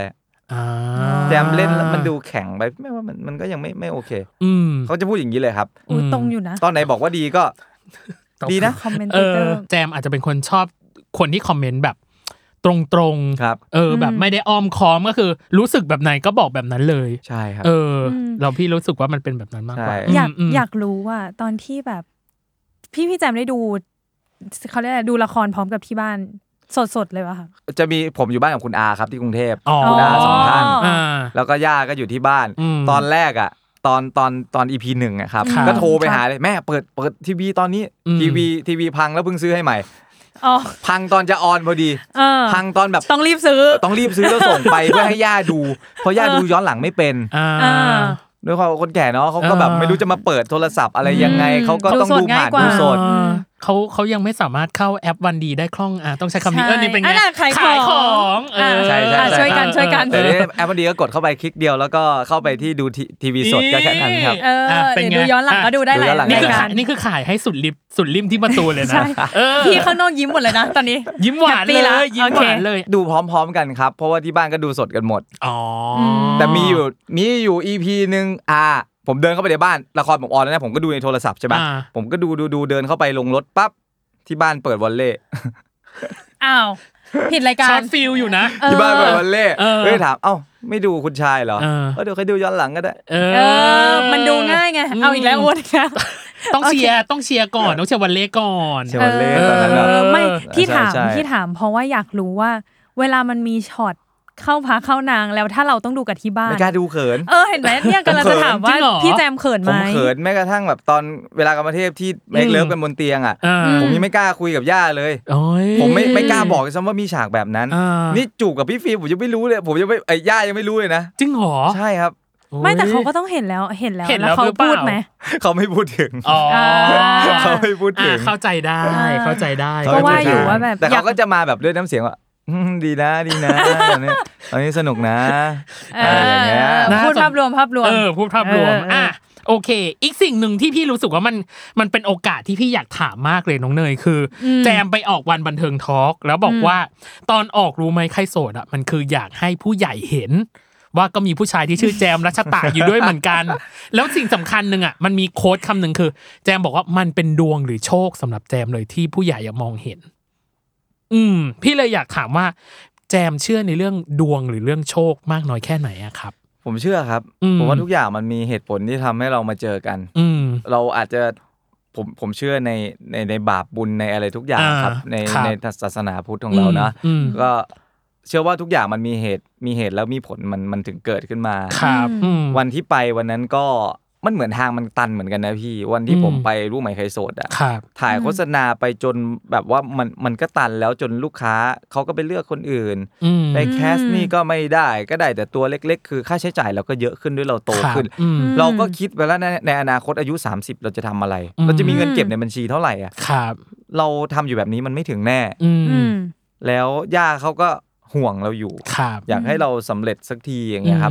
แจมเล่นแล้วมันดูแข็งไปไม่ว่ามันมันก็ยังไม่ไม่โอเคเขาจะพูดอย่างนี้เลยครับอุ้ยตรงอยู่นะตอนไหนบอกว่าดีก็ดีนะคอมเมนเตอร์แจมอาจจะเป็นคนชอบคนที่คอมเมนต์แบบตรงๆครับเออแบบไม่ได้อ้อมค้อมก็คือรู้สึกแบบไหนก็บอกแบบนั้นเลยใช่ครับเออเราพี่รู้สึกว่ามันเป็นแบบนั้นมากกว่าอยากอยากรู้ว่าตอนที่แบบพี่พี่แจมได้ดูเขาเรียกอะไรดูละครพร้อมกับที่บ้านสดๆเลยวะค่ะจะมีผมอยู่บ้านกับคุณอาครับที่กรุงเทพคุณอาสองท่านแล้วก็ย่าก็อยู่ที่บ้านตอนแรกอ่ะตอนตอนตอน อี พี หนึ่งอ่ะครับก็โทรไปหาเลยแม่เปิดเปิดทีวีตอนนี้ทีวีทีวีพังแล้วเพิ่งซื้อให้ใหม่พังตอนจะออนพอดีพังตอนแบบต้องรีบซื้อต้องรีบซื้อแล้วส่งไปเพื่อให้ย่าดูเพราะย่าดูย้อนหลังไม่เป็นด้วยความคนแก่เนาะเขาก็แบบไม่รู้จะมาเปิดโทรศัพท์อะไรยังไงเขาก็ต้องดูผ่านดูสดเขาเขายังไม่สามารถเข้าแอปวันดีได้คล่องอ่ะต้องใช้คำนี้เออนี่เป็นไงขายของเออใช่ใช่ช่วยกันช่วยกันแต่แอปวันดีก็กดเข้าไปคลิกเดียวแล้วก็เข้าไปที่ดูทีวีสดก็แค่นั้นครับเป็นไงดูย้อนหลังก็ดูได้เลยนี่คือขายนี่คือขายให้สุดริมสุดริมที่ประตูเลยนะพี่ข้างนอกยิ้มหมดเลยนะตอนนี้ยิ้มหวานเลยยิ้มหวานเลยดูพร้อมๆกันครับเพราะว่าที่บ้านก็ดูสดกันหมดอ๋อแต่มีอยู่มีอยู่ อี พี นึงอ่าผมเดินเข้าไปในบ้านละครผมออนแล้วนะผมก็ดูในโทรศัพท์ใช่ป่ะผมก็ดูดูดูเดินเข้าไปลงรถปั๊บที่บ้านเปิดวอลเล่อ้าวผิดรายการช็อตฟิลอยู่นะที่บ้านเปิดวอลเล่เลยถามเอ้าไม่ดูคุณชายเหรอเออเดี๋ยวใครดูย้อนหลังก็ได้เออมันดูง่ายไงเอาอีกแล้วอ้วนค่ะต้องเชียร์ต้องเชียร์ก่อนต้องเชียร์วอลเล่ก่อนเชียร์วอลเล่ตอนนั้นไม่ที่ถามที่ถามเพราะว่าอยากรู้ว่าเวลามันมีช็อตเข้าพาเข้านางแล้วถ้าเราต้องดูกับที่บ้านไม่กล้าดูเขินเออเห็นไหมเนี่ยกำลังจะถามว่าพี่แจมเขินไหมผมเขินแม้กระทั่งแบบตอนเวลากรรมเทพที่เมคเลิฟกันบนเตียงอ่ะผมยังไม่กล้าคุยกับย่าเลยผมไม่ไม่กล้าบอกซ้ำว่ามีฉากแบบนั้นนี่จูบกับพี่ฟิล์มผมยังไม่รู้เลยผมยังไม่ไอ้ย่ายังไม่รู้เลยนะจริงเหรอใช่ครับไม่แต่เขาก็ต้องเห็นแล้วเห็นแล้วแล้วเขาพูดไหมเขาไม่พูดถึงเขาไม่พูดถึงเข้าใจได้เข้าใจได้ก็ว่าอยู่ว่าแบบแต่เขาก็จะมาแบบด้วยน้ำเสียงว่าดีนะดีนะตอนนี้ตอนนี้สนุกนะอะไรอย่างเงี้ยพูดภาพรวมภาพรวมเออพูดภาพรวมอ่ะโอเคอีกสิ่งหนึ่งที่พี่รู้สึกว่ามันมันเป็นโอกาสที่พี่อยากถามมากเลยน้องเนยคือแจมไปออกวันบันเทิงทอล์กแล้วบอกว่าตอนออกรู้ไหมใครโสดอ่ะมันคืออยากให้ผู้ใหญ่เห็นว่าก็มีผู้ชายที่ชื่อแจมรัชตะอยู่ด้วยเหมือนกันแล้วสิ่งสำคัญนึงอ่ะมันมีโค้ดคำหนึ่งคือแจมบอกว่ามันเป็นดวงหรือโชคสำหรับแจมเลยที่ผู้ใหญ่มองเห็นอืมพี่เลยอยากถามว่าแจมเชื่อในเรื่องดวงหรือเรื่องโชคมากน้อยแค่ไหนอะครับผมเชื่อครับผมว่าทุกอย่างมันมีเหตุผลที่ทำให้เรามาเจอกันเราอาจจะผมผมเชื่อในในในบาปบุญในอะไรทุกอย่างครับในในศาสนาพุทธของเรานะก็เชื่อว่าทุกอย่างมันมีเหตุมีเหตุแล้วมีผลมันมันถึงเกิดขึ้นมาครับวันที่ไปวันนั้นก็มันเหมือนทางมันตันเหมือนกันนะพี่วันที่ผมไปรู้ไหมใครโสดอ่ะถ่ายโฆษณาไปจนแบบว่ามันมันก็ตันแล้วจนลูกค้าเขาก็ไปเลือกคนอื่นไปแคสนี่ก็ไม่ได้ก็ได้แต่ตัวเล็กๆคือค่าใช้จ่ายเราก็เยอะขึ้นด้วยเราโตขึ้นเราก็คิดไปแล้วในอนาคตอายุสามสิบเราจะทำอะไรเราจะมีเงินเก็บในบัญชีเท่าไหร่อ่ะเราทำอยู่แบบนี้มันไม่ถึงแน่แล้วย่าเขาก็ห่วงเราอยู่อยากให้เราสำเร็จสักทีอย่างเงี้ยครับ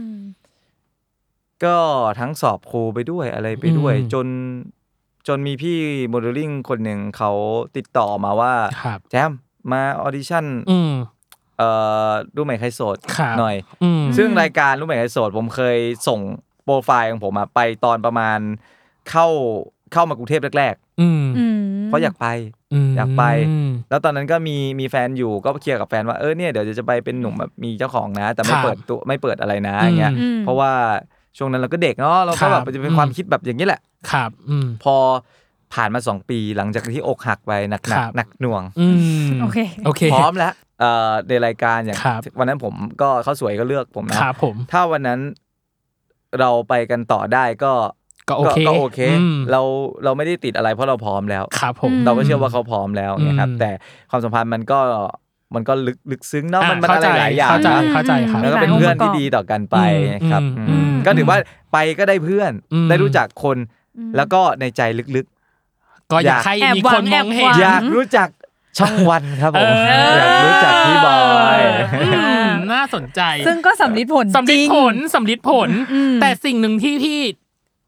ก็ทั้งสอบครูไปด้วยอะไรไปด้วยจนจนมีพี่โมเดลลิ่งคนหนึ่งเขาติดต่อมาว่าแจมมาออดิชั่นเอ่อรู้ไหมใครโสดหน่อยซึ่งรายการรู้ไหมใครโสดผมเคยส่งโปรไฟล์ของผมไปตอนประมาณเข้าเข้ามากรุงเทพแรกๆเพราะอยากไปอยากไปแล้วตอนนั้นก็มีมีแฟนอยู่ก็เคลียร์กับแฟนว่าเออเนี่ยเดี๋ยวจะไปเป็นหนุ่มแบบมีเจ้าของนะแต่ไม่เปิดตัวไม่เปิดอะไรนะอย่างเงี้ยเพราะว่าช่วงนั้นเราก็เด็กเนาะเราก็แบบจะเป็นความคิดแบบอย่างนี้แหละครับพอผ่านมาสองปีหลังจากที่อกหักไปหนักหนักหนักหน่วงโอเคโอเคพร้อมแล้วเอ่อในรายการอย่างวันนั้นผมก็เขาสวยก็เลือกผมนะครับผมถ้าวันนั้นเราไปกันต่อได้ก็ก็โอเคก็โอเคเราเราไม่ได้ติดอะไรเพราะเราพร้อมแล้วครับผมเราก็เชื่อว่าเขาพร้อมแล้วนะครับแต่ความสัมพันธ์มันก็มันก็ลึกลึกซึ้งเนาะมันมันอะไรหลายอย่างเข้าใจเข้าใจครับแล้วก็เป็นเพื่อนที่ดีต่อกันไปครับก็ถือว่าไปก็ได้เพื่อนได้รู้จักคนแล้วก็ในใจลึกๆก็อยากให้มีคนมองเห็นอยากรู้จักช่องวันครับผมอยากรู้จักพี่บอยน่าสนใจซึ่งก็สำลิดผลสำลิดผลสำลิดผลแต่สิ่งหนึ่งที่พี่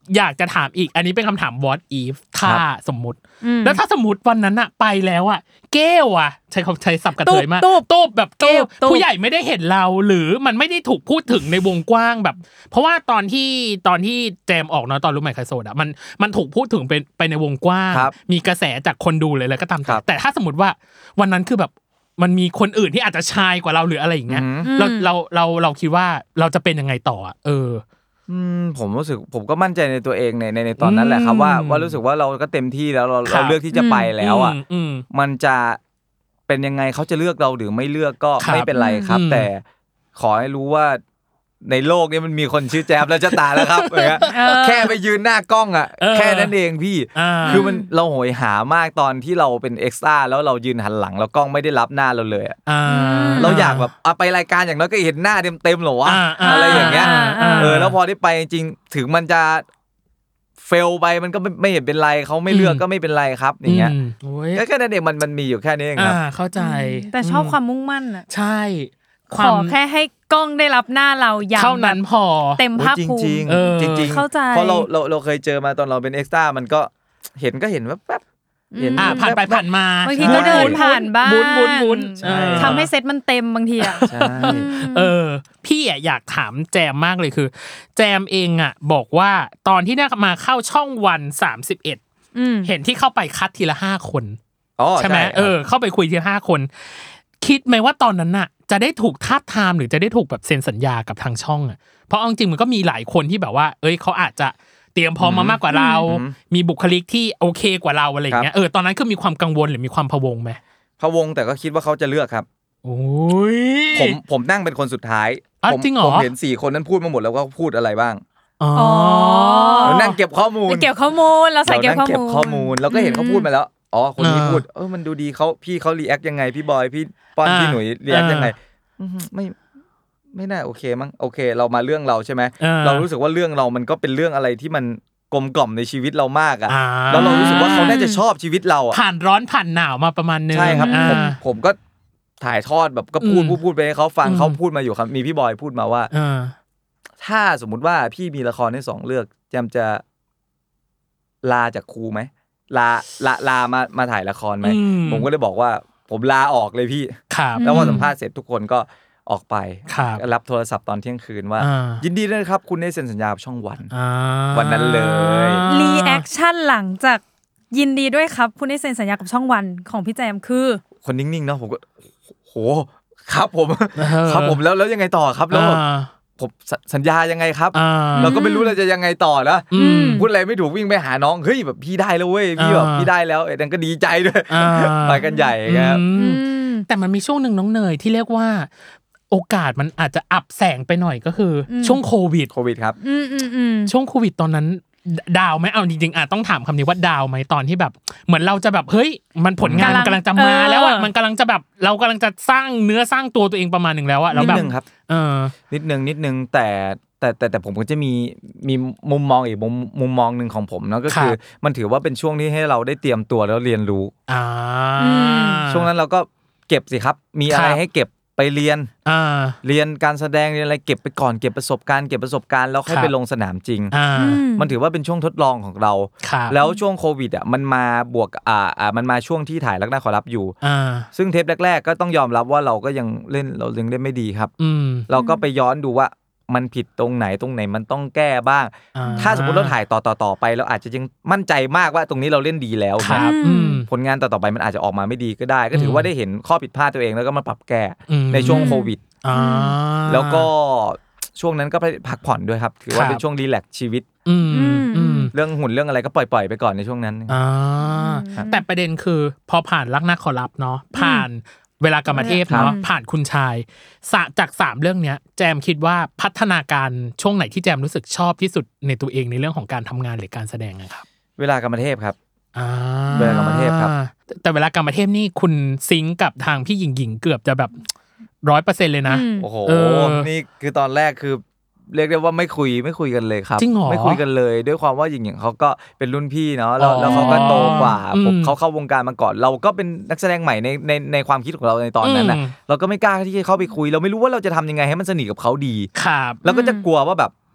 อยากจะถามอีกอันนี้เป็นคำถาม what if ถ้าสมมุติแล้วถ้าสมมุติวันนั้นอะไปแล้วอะเกลอะใช้คำใช้ศัพท์กระเทยมากตูบแบบเกลผู้ใหญ่ไม่ได้เห็นเราหรือมันไม่ได้ถูกพูดถึงในวงกว้างแบบเพราะว่าตอนที่ตอนที่แจมออกเนาะตอนรู้ใหม่ใครโสดอะมันมันถูกพูดถึงเป็นไปในวงกว้างมีกระแสจากคนดูเลยแล้วก็ตามแต่ถ้าสมมติว่าวันนั้นคือแบบมันมีคนอื่นที่อาจจะชายกว่าเราหรืออะไรอย่างเงี้ยเราเราเราเราคิดว่าเราจะเป็นยังไงต่ออ่ะเอออืมผมรู้สึกผมก็มั่นใจในตัวเองในในในตอนนั้นแหละครับว่าว่ารู้สึกว่าเราก็เต็มที่แล้วเราเราเลือกที่จะไปแล้วอ่ะมันจะเป็นยังไงเขาจะเลือกเราหรือไม่เลือกก็ไม่เป็นไรครับแต่ขอให้รู้ว่าในโลกนี้มันมีคนชื่อแจ๊บแล้วจะตายแล้วครับแค่ไปยืนหน้ากล้องอ่ะแค่นั้นเองพี่คือมันเราโหยหามากตอนที่เราเป็นเอ็กซ์ตร้าแล้วเรายืนหันหลังแล้วกล้องไม่ได้รับหน้าเราเลยอ่ะเราอยากแบบไปรายการอย่างน้อยก็เห็นหน้าเต็มๆหรอวะอะไรอย่างเงี้ยเออแล้วพอได้ไปจริงถึงมันจะเฟลไปมันก็ไม่เห็นเป็นไรเขาไม่เลือกก็ไม่เป็นไรครับอย่างเงี้ยแค่นั้นเองมันมันมีอยู่แค่นี้เองครับเข้าใจแต่ชอบความมุ่งมั่นอ่ะใช่ขอแค่ให้กล้องได้รับหน้าเราอย่างเท่านั้นพอเต็มภาคภูมิจริงๆจริงๆเข้าใจเพราะเราเราเราเคยเจอมาตอนเราเป็นเอ็กซ์ตร้ามันก็เห็นก็เห็นว่าแป๊บเห็นอ่าผ่านไปผ่านมาบางทีก็เดินผ่านบ้างบุญๆทำให้เซตมันเต็มบางทีอ่ะใช่เออพี่อ่ะอยากถามแจมมากเลยคือแจมเองอ่ะบอกว่าตอนที่ได้มาเข้าช่องวันสามสิบเอ็ดเห็นที่เข้าไปคัดทีละห้าคนใช่ไหมเออเข้าไปคุยทีละห้าคนคิดไหมว่าตอนนั้นน่ะจะได้ถูกทาบทามหรือจะได้ถูกแบบเซ็นสัญญากับทางช่องอ่ะเพราะเอาจริงมันก็มีหลายคนที่แบบว่าเอ้ยเขาอาจจะเตรียมพร้อมมามากกว่าเรามีบุคลิกที่โอเคกว่าเราอะไรอย่างเงี้ยเออตอนนั้นคือมีความกังวลหรือมีความพะวงไหมพะวงแต่ก็คิดว่าเขาจะเลือกครับโอ้ยผมผมนั่งเป็นคนสุดท้ายผมผมเห็นสี่คนนั้นพูดมาหมดแล้วว่าพูดอะไรบ้างอ๋อเรานั่งเก็บข้อมูลเก็บข้อมูลเราใส่เก็บข้อมูลข้อมูลเราก็เห็นเขาพูดมาแล้วอ๋อคนนี้พูดเออมันดูดีเขาพี่เขารีแอคยังไงพี่บอยพี่ป้อนพี่หนุ่ยรีแอคยังไงไม่ไม่น่าโอเคมั้งโอเคเรามาเรื่องเราใช่ไหมเรารู้สึกว่าเรื่องเรามันก็เป็นเรื่องอะไรที่มันกลมกล่อมในชีวิตเรามากอ่ะแล้วเรารู้สึกว่าเขาน่าจะชอบชีวิตเราอ่ะผ่านร้อนผ่านหนาวมาประมาณนึงใช่ครับผมผมก็ถ่ายทอดแบบก็พูดพูดพูดไปให้เขาฟังเขาพูดมาอยู่ครับมีพี่บอยพูดมาว่าถ้าสมมุติว่าพี่มีละครให้สองเรื่องแจมจะลาจากครูไหมลาลาลามามาถ่ายละครไหมผมก็เลยบอกว่าผมลาออกเลยพี่แล้วพอสัมภาษณ์เสร็จทุกคนก็ออกไปรับโทรศัพท์ตอนเที่ยงคืนว่ายินดีด้วยครับคุณได้เซ็นสัญญากับช่องวันวันนั้นเลยรีแอคชั่นหลังจากยินดีด้วยครับคุณได้เซ็นสัญญากับช่องวันของพี่แจมคือคนนิ่งๆเนาะผมก็โหครับผมครับผมแล้วแล้วยังไงต่อครับแล้วผมสัญญายังไงครับเราก็ไม่รู้เราจะยังไงต่อนะพูดอะไรไม่ถูกวิ่งไปหาน้องเฮ้ยแบบพี่ได้แล้วเว้ยพี่แบบพี่ได้แล้วไอ้นั่นก็ดีใจด้วยไปกันใหญ่ครับแต่มันมีช่วงนึงน้องเนยที่เรียกว่าโอกาสมันอาจจะอับแสงไปหน่อยก็คือช่วงโควิดโควิดครับช่วงโควิดตอนนั้นดาวไหมเอาจริงๆอ่ะต้องถามคำนี้ว่าดาวไหมตอนที่แบบเหมือนเราจะแบบเฮ้ยมันผลงานมันกำลังจะมาแล้วอ่ะมันกำลังจะแบบเรากำลังจะสร้างเนื้อสร้างตัวตัวเองประมาณนึงแล้วอ่ะแล้วแบบนิดนึงครับเออนิดนึงนิดนึงแต่แต่แต่แต่ผมก็จะมีมีมุมมองอีกมุมมุมมองนึงของผมเนาะก็คือมันถือว่าเป็นช่วงที่ให้เราได้เตรียมตัวแล้วเรียนรู้อ่าช่วงนั้นเราก็เก็บสิครับมีอะไรให้เก็บไปเรียนอ่าเรียนการแสดงเรียนอะไรเก็บไปก่อนเก็บประสบการณ์เก็บประสบการณ์แล้วค่อยไปลงสนามจริงมันถือว่าเป็นช่วงทดลองของเราแล้วช่วงโควิดอ่ะมันมาบวกอ่าอ่ามันมาช่วงที่ถ่ายรักน่าขอรับอยู่ซึ่งเทปแรกๆก็ต้องยอมรับว่าเราก็ยังเล่นเรายังเล่นไม่ดีครับเราก็ไปย้อนดูว่ามันผิดตรงไหนตรงไหนมันต้องแก้บ้างถ้าสมมติเราถ่ายต่อต่อต่อไปเราอาจจะยังมั่นใจมากว่าตรงนี้เราเล่นดีแล้วครับผลงานต่อๆไปมันอาจจะออกมาไม่ดีก็ได้ก็ถือว่าได้เห็นข้อผิดพลาดตัวเองแล้วก็มาปรับแก้ในช่วงโควิดแล้วก็ช่วงนั้นก็พักผ่อนด้วยครับถือว่าเป็นช่วงรีแลกซ์ชีวิตเรื่องหุ่นเรื่องอะไรก็ปล่อยๆไปก่อนในช่วงนั้นแต่ประเด็นคือพอผ่านรักน่าขอรับเนาะผ่านเวลากรรมเทพเนาะผ่านคุณชายจากสามเรื่องเนี้ยแจมคิดว่าพัฒนาการช่วงไหนที่แจมรู้สึกชอบที่สุดในตัวเองในเรื่องของการทำงานหรือการแสดงครับเวลากรรมเทพครับเวลากรรมเทพครับแต่เวลากรรมเทพนี่คุณซิงค์กับทางพี่หญิงหญิงเกือบจะแบบ ร้อยเปอร์เซ็นต์ เลยนะโอ้โหนี่คือตอนแรกคือเรียกได้ว่าไม่คุยไม่คุยกันเลยครับไม่คุยกันเลยด้วยความว่าหญิงหญิงเขาก็เป็นรุ่นพี่เนาะแล้วแล้วเขาก็โตกว่าผมเขาเข้าวงการมาก่อนเราก็เป็นนักแสดงใหม่ในในในความคิดของเราในตอนนั้นน่ะเราก็ไม่กล้าที่จะเข้าไปคุยเราไม่รู้ว่าเราจะทำยังไงให้มันสนิทกับเขาดีครับแล้วก็จะกลัวว่าแบบ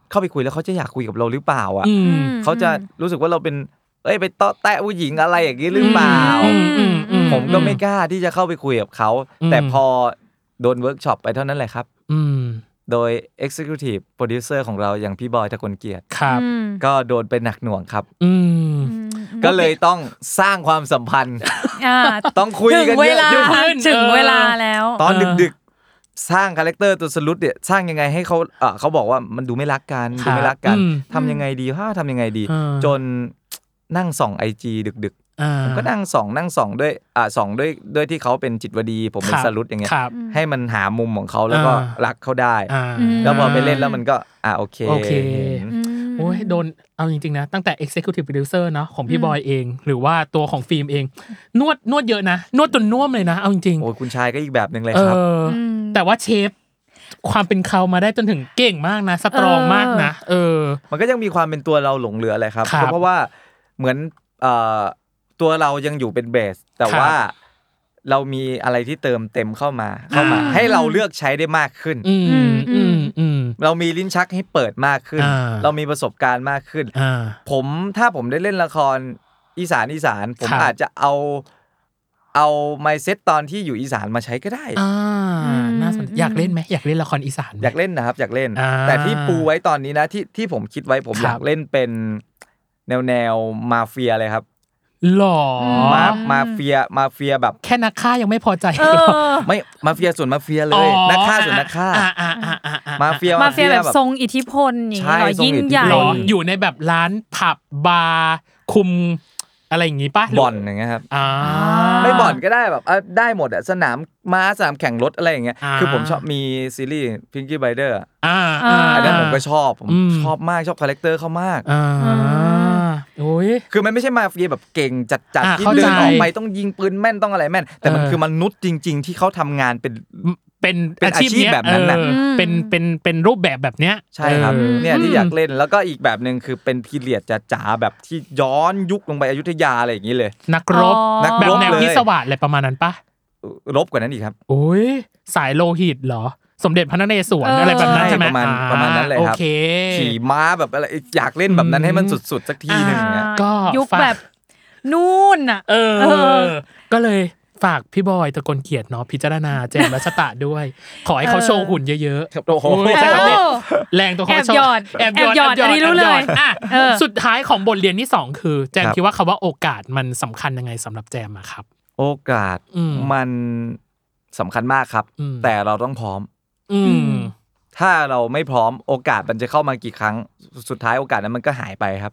เข้าไปคุยแล้วเขาจะอยากคุยกับเราหรือเปล่าอ่ะเขาจะรู้สึกว่าเราเป็นเอ้ยไปเตาะแตะผู้หญิงอะไรอย่างนี้หรือเปล่าผมก็ไม่กล้าที่จะเข้าไปคุยกับเขาแต่พอโดนเวิร์กช็อปไปเท่านั้นแหละครับโดย Executive Producer ของเราอย่างพี่บอยตะกลเกียรติครับก็โดนเป็นหนักหน่วงครับก็เลยต้องสร้างความสัมพันธ์ต้องคุยกันเยอะถึงเวลาแล้วตอนดึกๆสร้างคาแรคเตอร์ตัวสลุดเนี่ยสร้างยังไงให้เขาเออเขาบอกว่ามันดูไม่รักกันดูไม่รักกันทำยังไงดีฮ่าทำยังไงดีจนนั่งส่อง ไอ จี ดึกๆผมก็นั่งส่องนั่งส่องด้วยอ่าส่องด้วยด้วยที่เขาเป็นจิตวดีผมเป็นสลุดอย่างเงี้ยให้มันหามุมของเขาแล้วก็รักเขาได้แล้วพอไปเล่นแล้วมันก็อ่าโอเคโอเคโอ้ยโดนเอาจริงๆนะตั้งแต่ Executive Producer เนาะของพี่บอยเองหรือว่าตัวของฟิล์มเองนวดนวดเยอะนะนวดจนน่วมเลยนะเอาจริงๆโอ้ยคุณชายก็อีกแบบนึงเลยครับแต่ว่าเชฟความเป็นเขามาได้จนถึงเก่งมากนะสตรองมากนะเออมันก็ยังมีความเป็นตัวเราหลงเหลือเลยครับเพราะว่าเหมือนเอ่อตัวเรายังอยู่เป็นเบสแต่ว่าเรามีอะไรที่เติมเต็มเข้ามาเข้ามาให้เราเลือกใช้ได้มากขึ้นเรามีลิ้นชักให้เปิดมากขึ้นเรามีประสบการณ์มากขึ้นผมถ้าผมได้เล่นละครอีสานอีสานผมอาจจะเอาเอา mindset ตอนที่อยู่อีสานมาใช้ก็ได้อ่าน่าสนใจอยากเล่นไหมอยากเล่นละครอีสานอยากเล่นนะครับอยากเล่นแต่ที่ปูไว้ตอนนี้นะที่ที่ผมคิดไว้ผมอยากเล่นเป็นแนวแนวมาเฟียเลยครับหรอมามาเฟียมาเฟียแบบแค่นักฆ่ายังไม่พอใจไม่มาเฟียส่วนมาเฟียเลยนักฆ่าส่วนนักฆ่ามาเฟียมาเฟียแบบทรงอิทธิพลอย่างนี้ยิ่งใหญ่อยู่ในแบบร้านผับบาร์คุมอะไรอย่างงี้ป่ะบ่อนอย่างเงี้ยครับไม่บ่อนก็ได้แบบได้หมดอ่ะสนามม้าสนามแข่งรถอะไรอย่างเงี้ยคือผมชอบมีซีรีส์ Pinky Rider อ่าอันนั้นผมก็ชอบผมชอบมากชอบคาแรคเตอร์เขามากโอ้ยคือมันไม่ใช่มาเฟียแบบเก่งจัดๆที่เดินออกไปต้องยิงปืนแม่นต้องอะไรแม่นแต่มันคือมนุษย์จริงๆที่เขาทำงานเป็นเป็นอาชีพแบบนั้นน่ะเป็นเป็นเป็นรูปแบบแบบเนี้ยใช่ครับเนี่ยที่อยากเล่นแล้วก็อีกแบบนึงคือเป็นพีเรียดจ๋าๆแบบที่ย้อนยุคลงไปอยุธยาอะไรอย่างงี้เลยนักรบแบบแนวพิศวาสอะไรประมาณนั้นป่ะรบกว่านั้นอีกครับโอ้ยสายโลหิตเหรอสมเด็จพระนเรศวรอะไรแบบนั้นใช่มั้ยประมาณประมาณนั้นเลยครับขี่ม้าแบบอะไรอยากเล่นแบบนั้นให้มันสุดๆสักทีนึงเงี้ยก็ยุคแบบนู่นน่ะเออก็เลยฝากพี่บอยตะกลเกียรติเนาะพิจารณาแจมรัชตะด้วยขอให้เขาโชว์หุ่นเยอะๆโอ้โหแรงตัวเขาโชว์แอบหยอดอันนี้รู้เลยอ่ะสุดท้ายของบทเรียนที่สองคือแจมคิดว่าคำว่าโอกาสมันสำคัญยังไงสำหรับแจมอะครับโอกาสมันสำคัญมากครับแต่เราต้องพร้อมถ้าเราไม่พร้อมโอกาสมันจะเข้ามากี่ครั้งสุดท้ายโอกาสนั้นมันก็หายไปครับ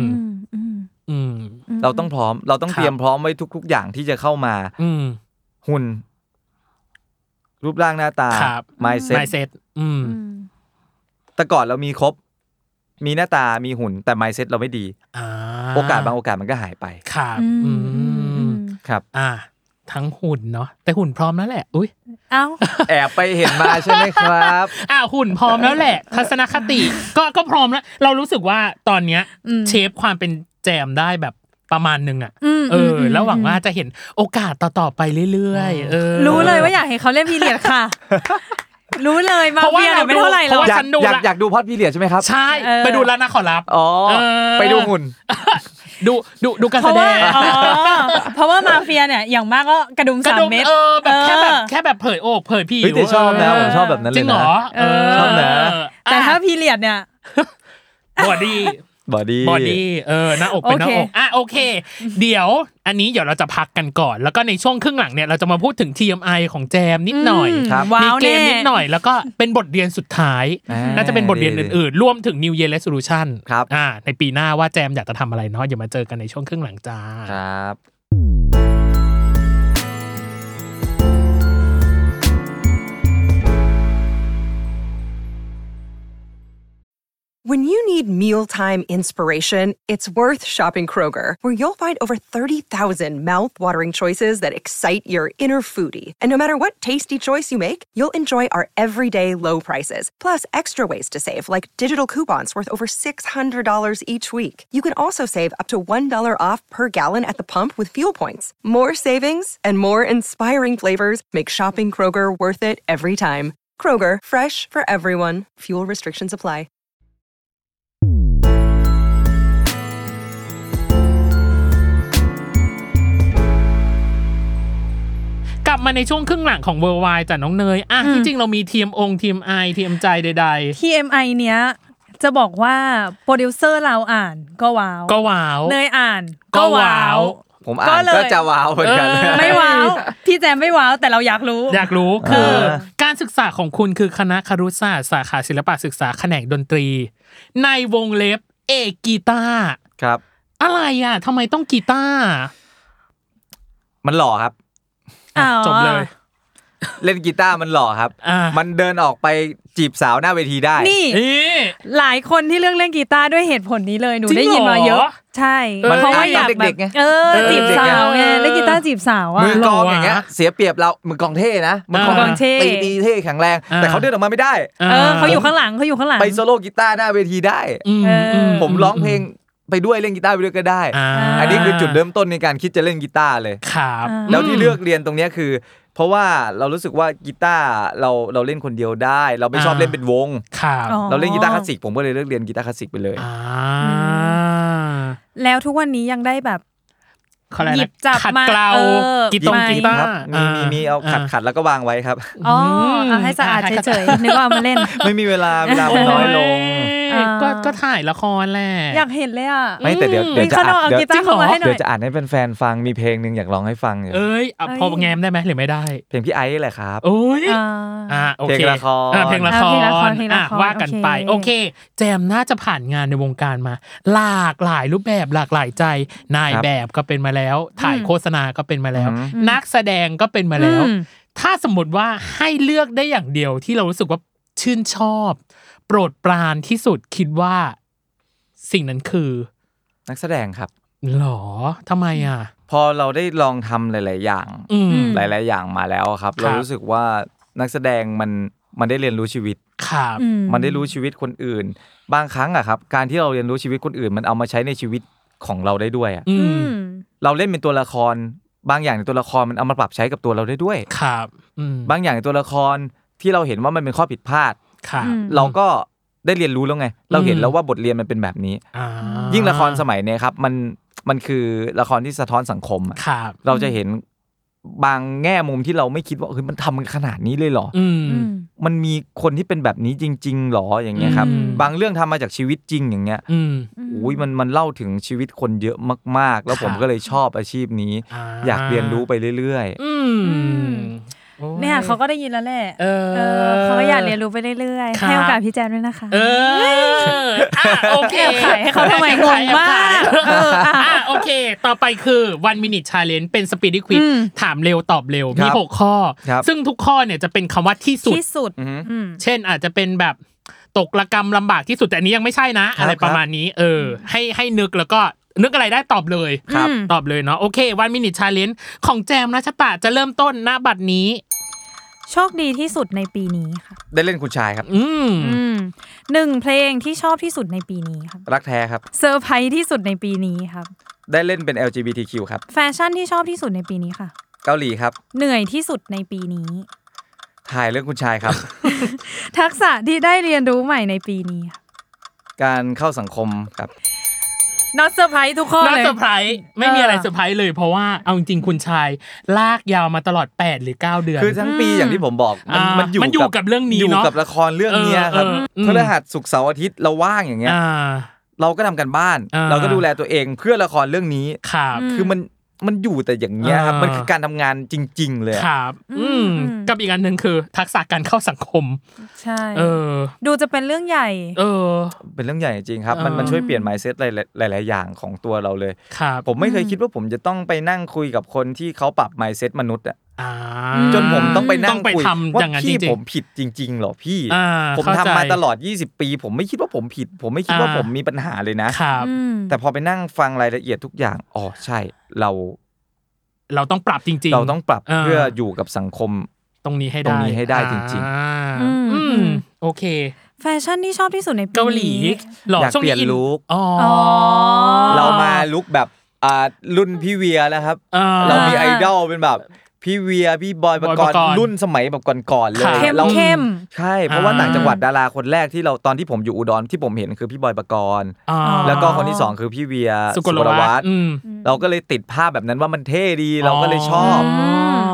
เราต้องพร้อมเราต้องเตรียมพร้อมไว้ทุกๆอย่างที่จะเข้ามาหุ่นรูปร่างหน้าตา mindset mindset แต่ก่อนเรามีครบมีหน้าตามีหุ่นแต่ mindset เราไม่ดีโอกาสบางโอกาสมันก็หายไปครับครับอ่าทั้งหุ่นเนาะแต่หุ่นพร้อมแล้วแหละอุ้ยเอ้าแอบไปเห็นมาใช่ไหมครับอ่าหุ่นพร้อมแล้วแหละทัศนคติก็ก็พร้อมแล้วเรารู้สึกว่าตอนเนี้ยเชฟความเป็นแจมได้แบบประมาณนึงอ่ะเออแล้วหวังว่าจะเห็นโอกาสต่อๆไปเรื่อยๆเออรู้เลยว่าอยากเห็นเขาเล่นพีเรียดค่ะรู้เลยมาเฟียเนี่ยไม่เท่าไหร่หรอกอยากอยากอยากดูพอดพีเรียดใช่ไหมครับใช่ไปดูแล้วนะขอรับอ๋อไปดูหุ่นดูดูดูการแสดงเพราะว่ามาเฟียเนี่ยอย่างมากก็กระดุมสามเม็ดเออแบบแค่แบบแค่แบบเผยอกเผยผิวแต่ชอบนะผมชอบแบบนั้นเลยนะชอบนะแต่ถ้าพีเรียดเนี่ยบอดี้บอดี้บอดี้เออหน้าอกเป็นหน้าอกอ่ะโอเคเดี๋ยวอันนี้เดี๋ยวเราจะพักกันก่อนแล้วก็ในช่วงครึ่งหลังเนี่ยเราจะมาพูดถึง ที เอ็ม ไอ ของแจมนิดหน่อยมีเกมนิดหน่อยแล้วก็เป็นบทเรียนสุดท้ายน่าจะเป็นบทเรียนอื่นๆรวมถึง New Year Resolution อ่าในปีหน้าว่าแจมอยากจะทำอะไรเนาะอย่ามาเจอกันในช่วงครึ่งหลังจ้าครับ When you need mealtime inspiration, it's worth shopping Kroger, where you'll find over thirty thousand mouth-watering choices that excite your inner foodie. And no matter what tasty choice you make, you'll enjoy our everyday low prices, plus extra ways to save, like digital coupons worth over six hundred dollars each week. You can also save up to one dollar off per gallon at the pump with fuel points. More savings and more inspiring flavors make shopping Kroger worth it every time. Kroger, fresh for everyone. Fuel restrictions apply. ลับมาในช่วงครึ่งหลังของ Worldwide จ้ะน้องเนยอ่ะจริงๆเรามีทีมองค์ทีม I ทีมใจใดๆที เอ็ม ไอ เนี้ยจะบอกว่าโปรดิวเซอร์เราอ่านก็ว้าวก็ว้าวเนยอ่านก็ว้าวผมอ่านก็จะว้าวเหมือนกันไม่ว้าวพี่แจมไม่ว้าวแต่เราอยากรู้อยากรู้คือการศึกษาของคุณคือคณะครุศาสตร์สาขาศิลปศึกษาแขนงดนตรีในวงเล็บเอกกีตาร์ครับอะไรอ่ะทำไมต้องกีตาร์มันหล่อครับจบเลยเล่นกีตาร์มันหล่อครับมันเดินออกไปจีบสาวหน้าเวทีได้นี่หลายคนที่เลือกเล่นกีตาร์ด้วยเหตุผลนี้เลยหนูได้ยินมาเยอะใช่เพราะว่าอยากแบบเออจีบสาวไงเล่นกีตาร์จีบสาวอ่ะมือกลองอย่างเงี้ยเสียเปรียบเรามือกลองเท่นะมือกลองตีดีเท่แข็งแรงแต่เขาเดินออกมาไม่ได้เออเขาอยู่ข้างหลังเขาอยู่ข้างหลังไปโซโล่กีตาร์หน้าเวทีได้ผมร้องเพลงไปด้วยเล่นกีตาร์ไปด้วยก็ได้อันนี้คือจุดเริ่มต้นในการคิดจะเล่นกีตาร์เลยครับแล้วที่เลือกเรียนตรงนี้คือเพราะว่าเรารู้สึกว่ากีตาร์เราเราเล่นคนเดียวได้เราไม่ชอบเล่นเป็นวงเราเล่นกีตาร์คลาสสิกผมก็เลยเลือกเรียนกีตาร์คลาสสิกไปเลยแล้วทุกวันนี้ยังได้แบบหยิบจับมาเออกีตาร์กีตาร์มีมีมีเอาขัดขัดแล้วก็วางไว้ครับอ๋อให้สะอาดเฉยๆนึกว่ามาเล่นไม่มีเวลาเวลาน้อยลงก็ก็ถ่ายละครแหละอยากเห็นเลยอ่ะไม่แต่เดี๋ยวเดี๋ยวจะอ่านเดี๋ยวเดี๋ยวจะอ่านให้แฟนๆฟังมีเพลงนึงอยากร้องให้ฟังเอ้ยพอแง้มได้ไหมหรือไม่ได้เพลงพี่ไอซ์แหละครับโอ้ยอ่าโอเคเพลงละครเพลงละครอ่ะว่ากันไปโอเคแจมน่าจะผ่านงานในวงการมาหลากหลายรูปแบบหลากหลายใจนายแบบก็เป็นมาแล้วถ่ายโฆษณาก็เป็นมาแล้วนักแสดงก็เป็นมาแล้วถ้าสมมติว่าให้เลือกได้อย่างเดียวที่เรารู้สึกว่าชื่นชอบโปรดปรานที่สุดคิดว่าสิ่งนั้นคือนักแสดงครับหรอทำไมอ่ะพอเราได้ลองทำหลายๆอย่างหลายๆอย่างมาแล้วครับเรารู้สึกว่านักแสดงมันมันได้เรียนรู้ชีวิตครับมันได้รู้ชีวิตคนอื่นบางครั้งอะครับการที่เราเรียนรู้ชีวิตคนอื่นมันเอามาใช้ในชีวิตของเราได้ด้วยอ่ะเราเล่นเป็นตัวละครบางอย่างในตัวละครมันเอามาปรับใช้กับตัวเราได้ด้วยครับบางอย่างในตัวละครที่เราเห็นว่ามันเป็นข้อผิดพลาดเราก็ได้เรียนรู้แล้วไงเราเห็นแล้วว่าบทเรียนมันเป็นแบบนี้ยิ่งละครสมัยนี้ครับมันมันคือละครที่สะท้อนสังคมเราจะเห็นบางแง่มุมที่เราไม่คิดว่าเฮ้ยมันทำขนาดนี้เลยเหรอมันมีคนที่เป็นแบบนี้จริงๆหรออย่างเงี้ยครับบางเรื่องทำมาจากชีวิตจริงอย่างเงี้ยอุ้ยมันมันเล่าถึงชีวิตคนเยอะมากๆแล้วผมก็เลยชอบอาชีพนี้อยากเรียนรู้ไปเรื่อยๆเนี่ยเขาก็ได้ยินแล้วแหละเออเขาก็อยากเรียนรู้ไปเรื่อยๆให้โอกาสพี่แจมด้วยนะคะเออโอเคขายให้เขาทำไมงงมากเอออ่ะโอเคต่อไปคือ one minute challenge เป็น speed quiz ถามเร็วตอบเร็วมีหกข้อซึ่งทุกข้อเนี่ยจะเป็นคำว่าที่สุดที่สุดเช่นอาจจะเป็นแบบตกระกำลำบากที่สุดแต่อันนี้ยังไม่ใช่นะอะไรประมาณนี้เออให้ให้นึกแล้วก็นึกอะไรได้ตอบเลยตอบเลยเนาะโอเค one minute challenge ของแจมรัชตะจะเริ่มต้นณบัดนี้โชคดีที่สุดในปีนี้ค่ะได้เล่นคุณชายครับอืมหนึ่งเพลงที่ชอบที่สุดในปีนี้ครับรักแท้ครับเซอร์ไพรส์ที่สุดในปีนี้ครับได้เล่นเป็น แอล จี บี ที คิว ครับแฟชั่นที่ชอบที่สุดในปีนี้ค่ะเกาหลีครับเหนื่อยที่สุดในปีนี้ถ่ายเรื่องคุณชายครับทักษะที่ได้เรียนรู้ใหม่ในปีนี้การเข้าสังคมครับ not surprise ทุกข้อเลย not surprise ไม่มีอะไรเซอร์ไพรส์เลยเพราะว่าเอาจริงๆคุณชายลากยาวมาตลอดแปดหรือเก้าเดือนคือทั้งปีอย่างที่ผมบอกมันมันอยู่กับเรื่องนี้เนาะอยู่กับละครเรื่องนี้ครับพฤหัสศุกร์เสาร์อาทิตย์เราว่างอย่างเงี้ยเราก็ทำกันบ้านเราก็ดูแลตัวเองเพื่อละครเรื่องนี้คือมันมันอยู่แต่อย่างเงี้ยครับมันคือการทำงานจริงๆเลยครับอืมกับอีกอันนึงคือทักษะการเข้าสังคมใช่เออดูจะเป็นเรื่องใหญ่เออเป็นเรื่องใหญ่จริงครับมันมันช่วยเปลี่ยน mindset หลายๆอย่างของตัวเราเลยผมไม่เคยคิดว่าผมจะต้องไปนั่งคุยกับคนที่เขาปรับ mindset มนุษย์อ่ะจนผมต้องไปนั่งคุยว่าพี่ผมผิดจริงๆหรอพี่ผมทำมาตลอดยี่สิบปีผมไม่คิดว่าผมผิดผมไม่คิดว่าผมมีปัญหาเลยนะแต่พอไปนั่งฟังรายละเอียดทุกอย่างอ๋อใช่เราเราต้องปรับจริงๆเราต้องปรับเพื่ออยู่กับสังคมตรงนี้ให้ได้ตรงนี้ให้ได้จริงๆอืมโอเคแฟชั่นที่ชอบที่สุดในปีนี้เกาหลีอยากเปลี่ยนลุคเรามาลุคแบบอ่ารุ่นพี่เวียแล้วครับเรามีไอดอลเป็นแบบพี่เวียพี่บอยปกรณ์รุ่นสมัยแบบก่อนๆเลยเราเข้มใช่เพราะว่าต่างจังหวัดดาราคนแรกที่เราตอนที่ผมอยู่อุดรที่ผมเห็นคือพี่บอยปกรณ์แล้วก็คนที่สองคือพี่เวียสุกลวัฒน์เราก็เลยติดภาพแบบนั้นว่ามันเท่ดีเราก็เลยชอบ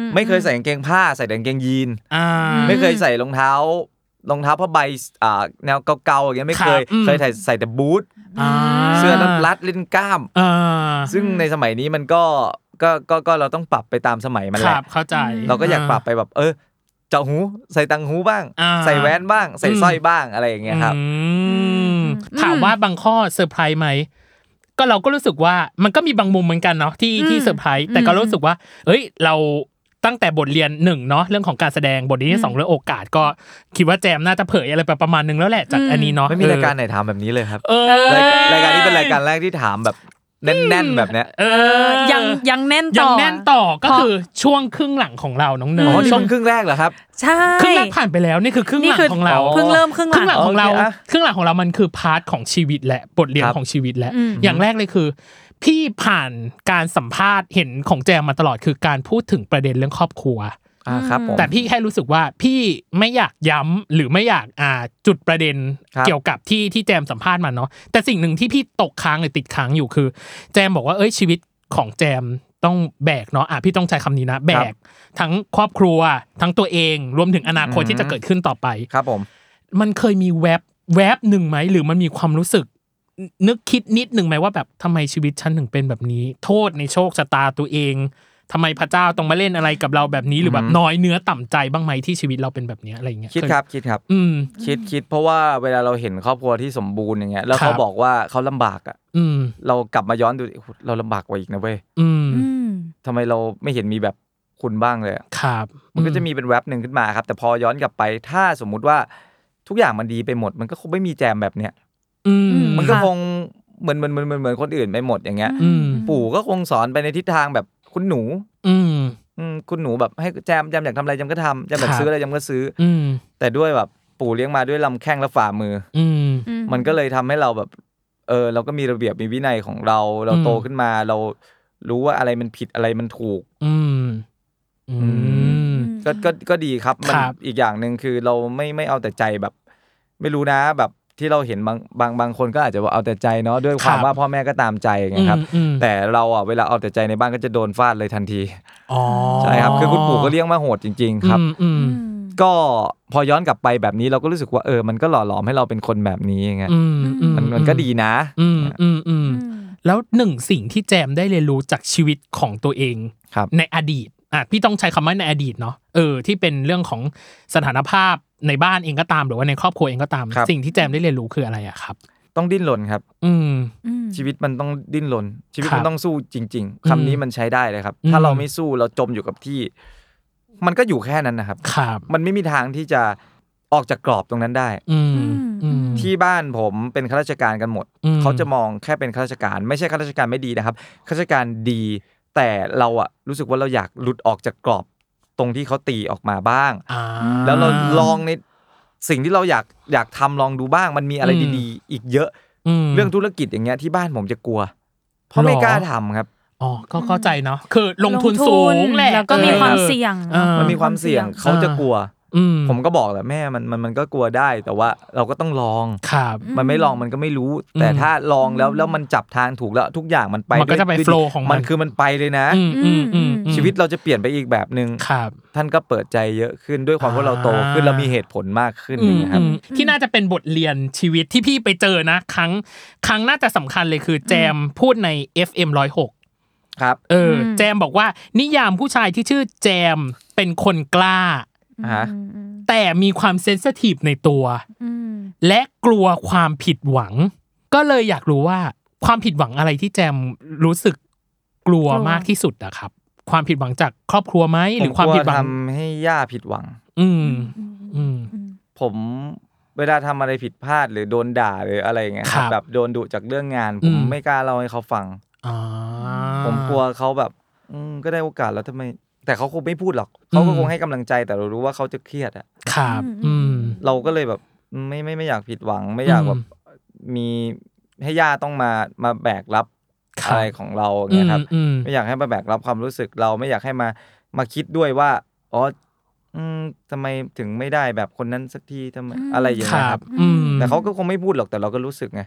ไม่เคยใส่กางเกงผ้าใส่แต่กางเกงยีนไม่เคยใส่รองเท้ารองเท้าผ้าใบอ่าแนวเก่าๆอย่างเงี้ยไม่เคยเคยใส่ใส่แต่บูทเสื้อรัดๆเล่นกล้ามซึ่งในสมัยนี้มันก็ก็ก็ก็เราต้องปรับไปตามสมัยมันแหละเข้าใจเราก็อยากปรับไปแบบเออเจาะหูใส่ตังหูบ้างใส่แว่นบ้างใส่สร้อยบ้างอะไรอย่างเงี้ยครับถามว่าบางข้อเซอร์ไพรส์ไหมก็เราก็รู้สึกว่ามันก็มีบางมุมเหมือนกันเนาะที่ที่เซอร์ไพรส์แต่ก็รู้สึกว่าเอ้ยเราตั้งแต่บทเรียนหนึ่งเนาะเรื่องของการแสดงบทเรียนที่สองเรื่องโอกาสก็คิดว่าแจมน่าจะเผยอะไรไปประมาณนึงแล้วแหละจากอันนี้เนาะไม่มีรายการไหนถามแบบนี้เลยครับรายการนี้เป็นรายการแรกที่ถามแบบแน่นๆแบบเนี้ยเออยังยังแน่นต่อยังแน่นต่อก็คือช่วงครึ่งหลังของเราน้องเนยอ๋อช่วงครึ่งแรกเหรอครับใช่ครึ่งแรกผ่านไปแล้วนี่คือครึ่งหลังของเราเพิ่งเริ่มครึ่งหลังของเราครึ่งหลังของเรามันคือพาร์ทของชีวิตและบทเรียนของชีวิตและอย่างแรกเลยคือพี่ผ่านการสัมภาษณ์เห็นของแจมมาตลอดคือการพูดถึงประเด็นเรื่องครอบครัวอ่าครับผมแต่พี่แค่รู้สึกว่าพี่ไม่อยากย้ำหรือไม่อยากอ่าจุดประเด็นเกี่ยวกับที่ที่แจมสัมภาษณ์มาเนาะแต่สิ่งหนึ่งที่พี่ตกค้างหรือติดค้างอยู่คือแจมบอกว่าเอ้ยชีวิตของแจมต้องแบกเนาะอ่ะพี่ต้องใช้คำนี้นะแบกทั้งครอบครัวทั้งตัวเองรวมถึงอนาคตที่จะเกิดขึ้นต่อไปครับผมมันเคยมีแวบแวบหนึ่งไหมหรือมันมีความรู้สึกนึกคิดนิดหนึ่งไหมว่าแบบทำไมชีวิตฉันถึงเป็นแบบนี้โทษในโชคชะตาตัวเองทำไมพระเจ้าต้องมาเล่นอะไรกับเราแบบนี้หรือแบบน้อยเนื้อต่ำใจบ้างไหมที่ชีวิตเราเป็นแบบนี้อะไรอย่างเงี้ยคิดครับคิดครับอืมคิดคิดเพราะว่าเวลาเราเห็นครอบครัวที่สมบูรณ์อย่างเงี้ยแล้วเขาบอกว่าเขาลำบากอ่ะเรากลับมาย้อนดูเราลำบากกว่าอีกนะเว้ยทำไมเราไม่เห็นมีแบบคุณบ้างเลยครับมันก็จะมีเป็นแว็บนึงขึ้นมาครับแต่พอย้อนกลับไปถ้าสมมุติว่าทุกอย่างมันดีไปหมดมันก็คงไม่มีแจมแบบเนี้ยมันก็คงเหมือนเหมือนเหมือนเหมือนคนอื่นไปหมดอย่างเงี้ยปู่ก็คงสอนไปในทิศทางแบบคุณหนูอืมอืมคุณหนูแบบให้แจมแจมอยากทำอะไรแจมก็ทำแจมอยากซื้ออะไรแจมก็ซื้ออืมแต่ด้วยแบบปู่เลี้ยงมาด้วยลำแข้งและฝ่ามืออืมมันก็เลยทำให้เราแบบเออเราก็มีระเบียบมีวินัยของเราเราโตขึ้นมาเรารู้ว่าอะไรมันผิดอะไรมันถูกอืมอืมก็ก็ก็ดีครับมันอีกอย่างนึงคือเราไม่ไม่เอาแต่ใจแบบไม่รู้นะแบบที่เราเห็นบางบางบางคนก็อาจจะเอาแต่ใจเนาะด้วยความว่าพ่อแม่ก็ตามใจไงครับแต่เราอ่ะเวลาเอาแต่ใจในบ้านก็จะโดนฟาดเลยทันทีอ๋อใช่ครับคือคุณปู่ก็เลี้ยงมาโหดจริงๆครับก็พอย้อนกลับไปแบบนี้เราก็รู้สึกว่าเออมันก็หล่อหลอมให้เราเป็นคนแบบนี้ไงมันมันก็ดีนะอืมอืมอืมแล้วหนึ่งสิ่งที่แจมได้เรียนรู้จากชีวิตของตัวเองในอดีตอ่ะพี่ต้องใช้คำว่าในอดีตเนาะเออที่เป็นเรื่องของสถานภาพในบ้านเองก็ตามหรือว่าในครอบครัวเองก็ตามสิ่งที่แจมได้เรียนรู้คืออะไรอะครับต้องดิ้นรนครับอืมชีวิตมันต้องดิ้นรนชีวิตมันต้องสู้จริงๆคำนี้มันใช้ได้เลยครับถ้าเราไม่สู้เราจมอยู่กับที่มันก็อยู่แค่นั้นนะครับมันไม่มีทางที่จะออกจากกรอบตรงนั้นได้ที่บ้านผมเป็นข้าราชการกันหมดเขาจะมองแค่เป็นข้าราชการไม่ใช่ข้าราชการไม่ดีนะครับข้าราชการดีแต่เราอะรู้สึกว่าเราอยากหลุดออกจากกรอบตรงที่เขาตีออกมาบ้างแล้วเราลองในสิ่งที่เราอยากอยากทำลองดูบ้างมันมีอะไรดีๆอีกเยอะเรื่องธุรกิจอย่างเงี้ยที่บ้านผมจะกลัวเพราะไม่กล้าทำครับอ๋อก็เข้าใจเนาะคือลงทุนสูงแหละแล้วก็มีความเสี่ยงมันมีความเสี่ยงเขาจะกลัวผมก็บอกแหละแม่มันมันมันก็กลัวได้แต่ว่าเราก็ต้องลองมันไม่ลองมันก็ไม่รู้แต่ถ้าลองแล้วแล้วมันจับทางถูกแล้วทุกอย่างมันไปมันก็จะไปโฟลว์ของมันคือมันไปเลยนะชีวิตเราจะเปลี่ยนไปอีกแบบนึงท่านก็เปิดใจเยอะขึ้นด้วยความว่าเราโตขึ้นเรามีเหตุผลมากขึ้นอย่างเงี้ยครับที่น่าจะเป็นบทเรียนชีวิตที่พี่ไปเจอนะครั้งครั้งน่าจะสำคัญเลยคือแจมพูดใน เอฟ เอ็ม หนึ่งศูนย์หกครับเออแจมบอกว่านิยามผู้ชายที่ชื่อแจมเป็นคนกล้าแต่มีความเซนซิทีฟในตัวและกลัวความผิดหวังก็เลยอยากรู้ว่าความผิดหวังอะไรที่แจมรู้สึกกลัวมากที่สุดอะครับความผิดหวังจากครอบครัวไหมหรือความผิดหวังทำให้ย่าผิดหวังอืมอืมผมเวลาทำอะไรผิดพลาดหรือโดนด่าหรืออะไรเงี้ยแบบโดนดุจากเรื่องงานผมไม่กล้าเล่าให้เขาฟังผมกลัวเขาแบบก็ได้โอกาสแล้วทำไมแต่เขาคงไม่พูดหรอกเขาก็คงให้กำลังใจแต่เรารู้ว่าเขาจะเครียดอ่ะครับอืมเราก็เลยแบบไม่ไม่ไม่อยากผิดหวังไม่อยากแบบมีให้ย่าต้องมามาแบกรับอะไรของเราเงี้ยครับไม่อยากให้มาแบกรับความรู้สึกเราไม่อยากให้มามาคิดด้วยว่าอ๋ออืมทำไมถึงไม่ได้แบบคนนั้นสักทีทำไมอะไรอย่างเงี้ยครับแต่เขาก็คงไม่พูดหรอกแต่เราก็รู้สึกไง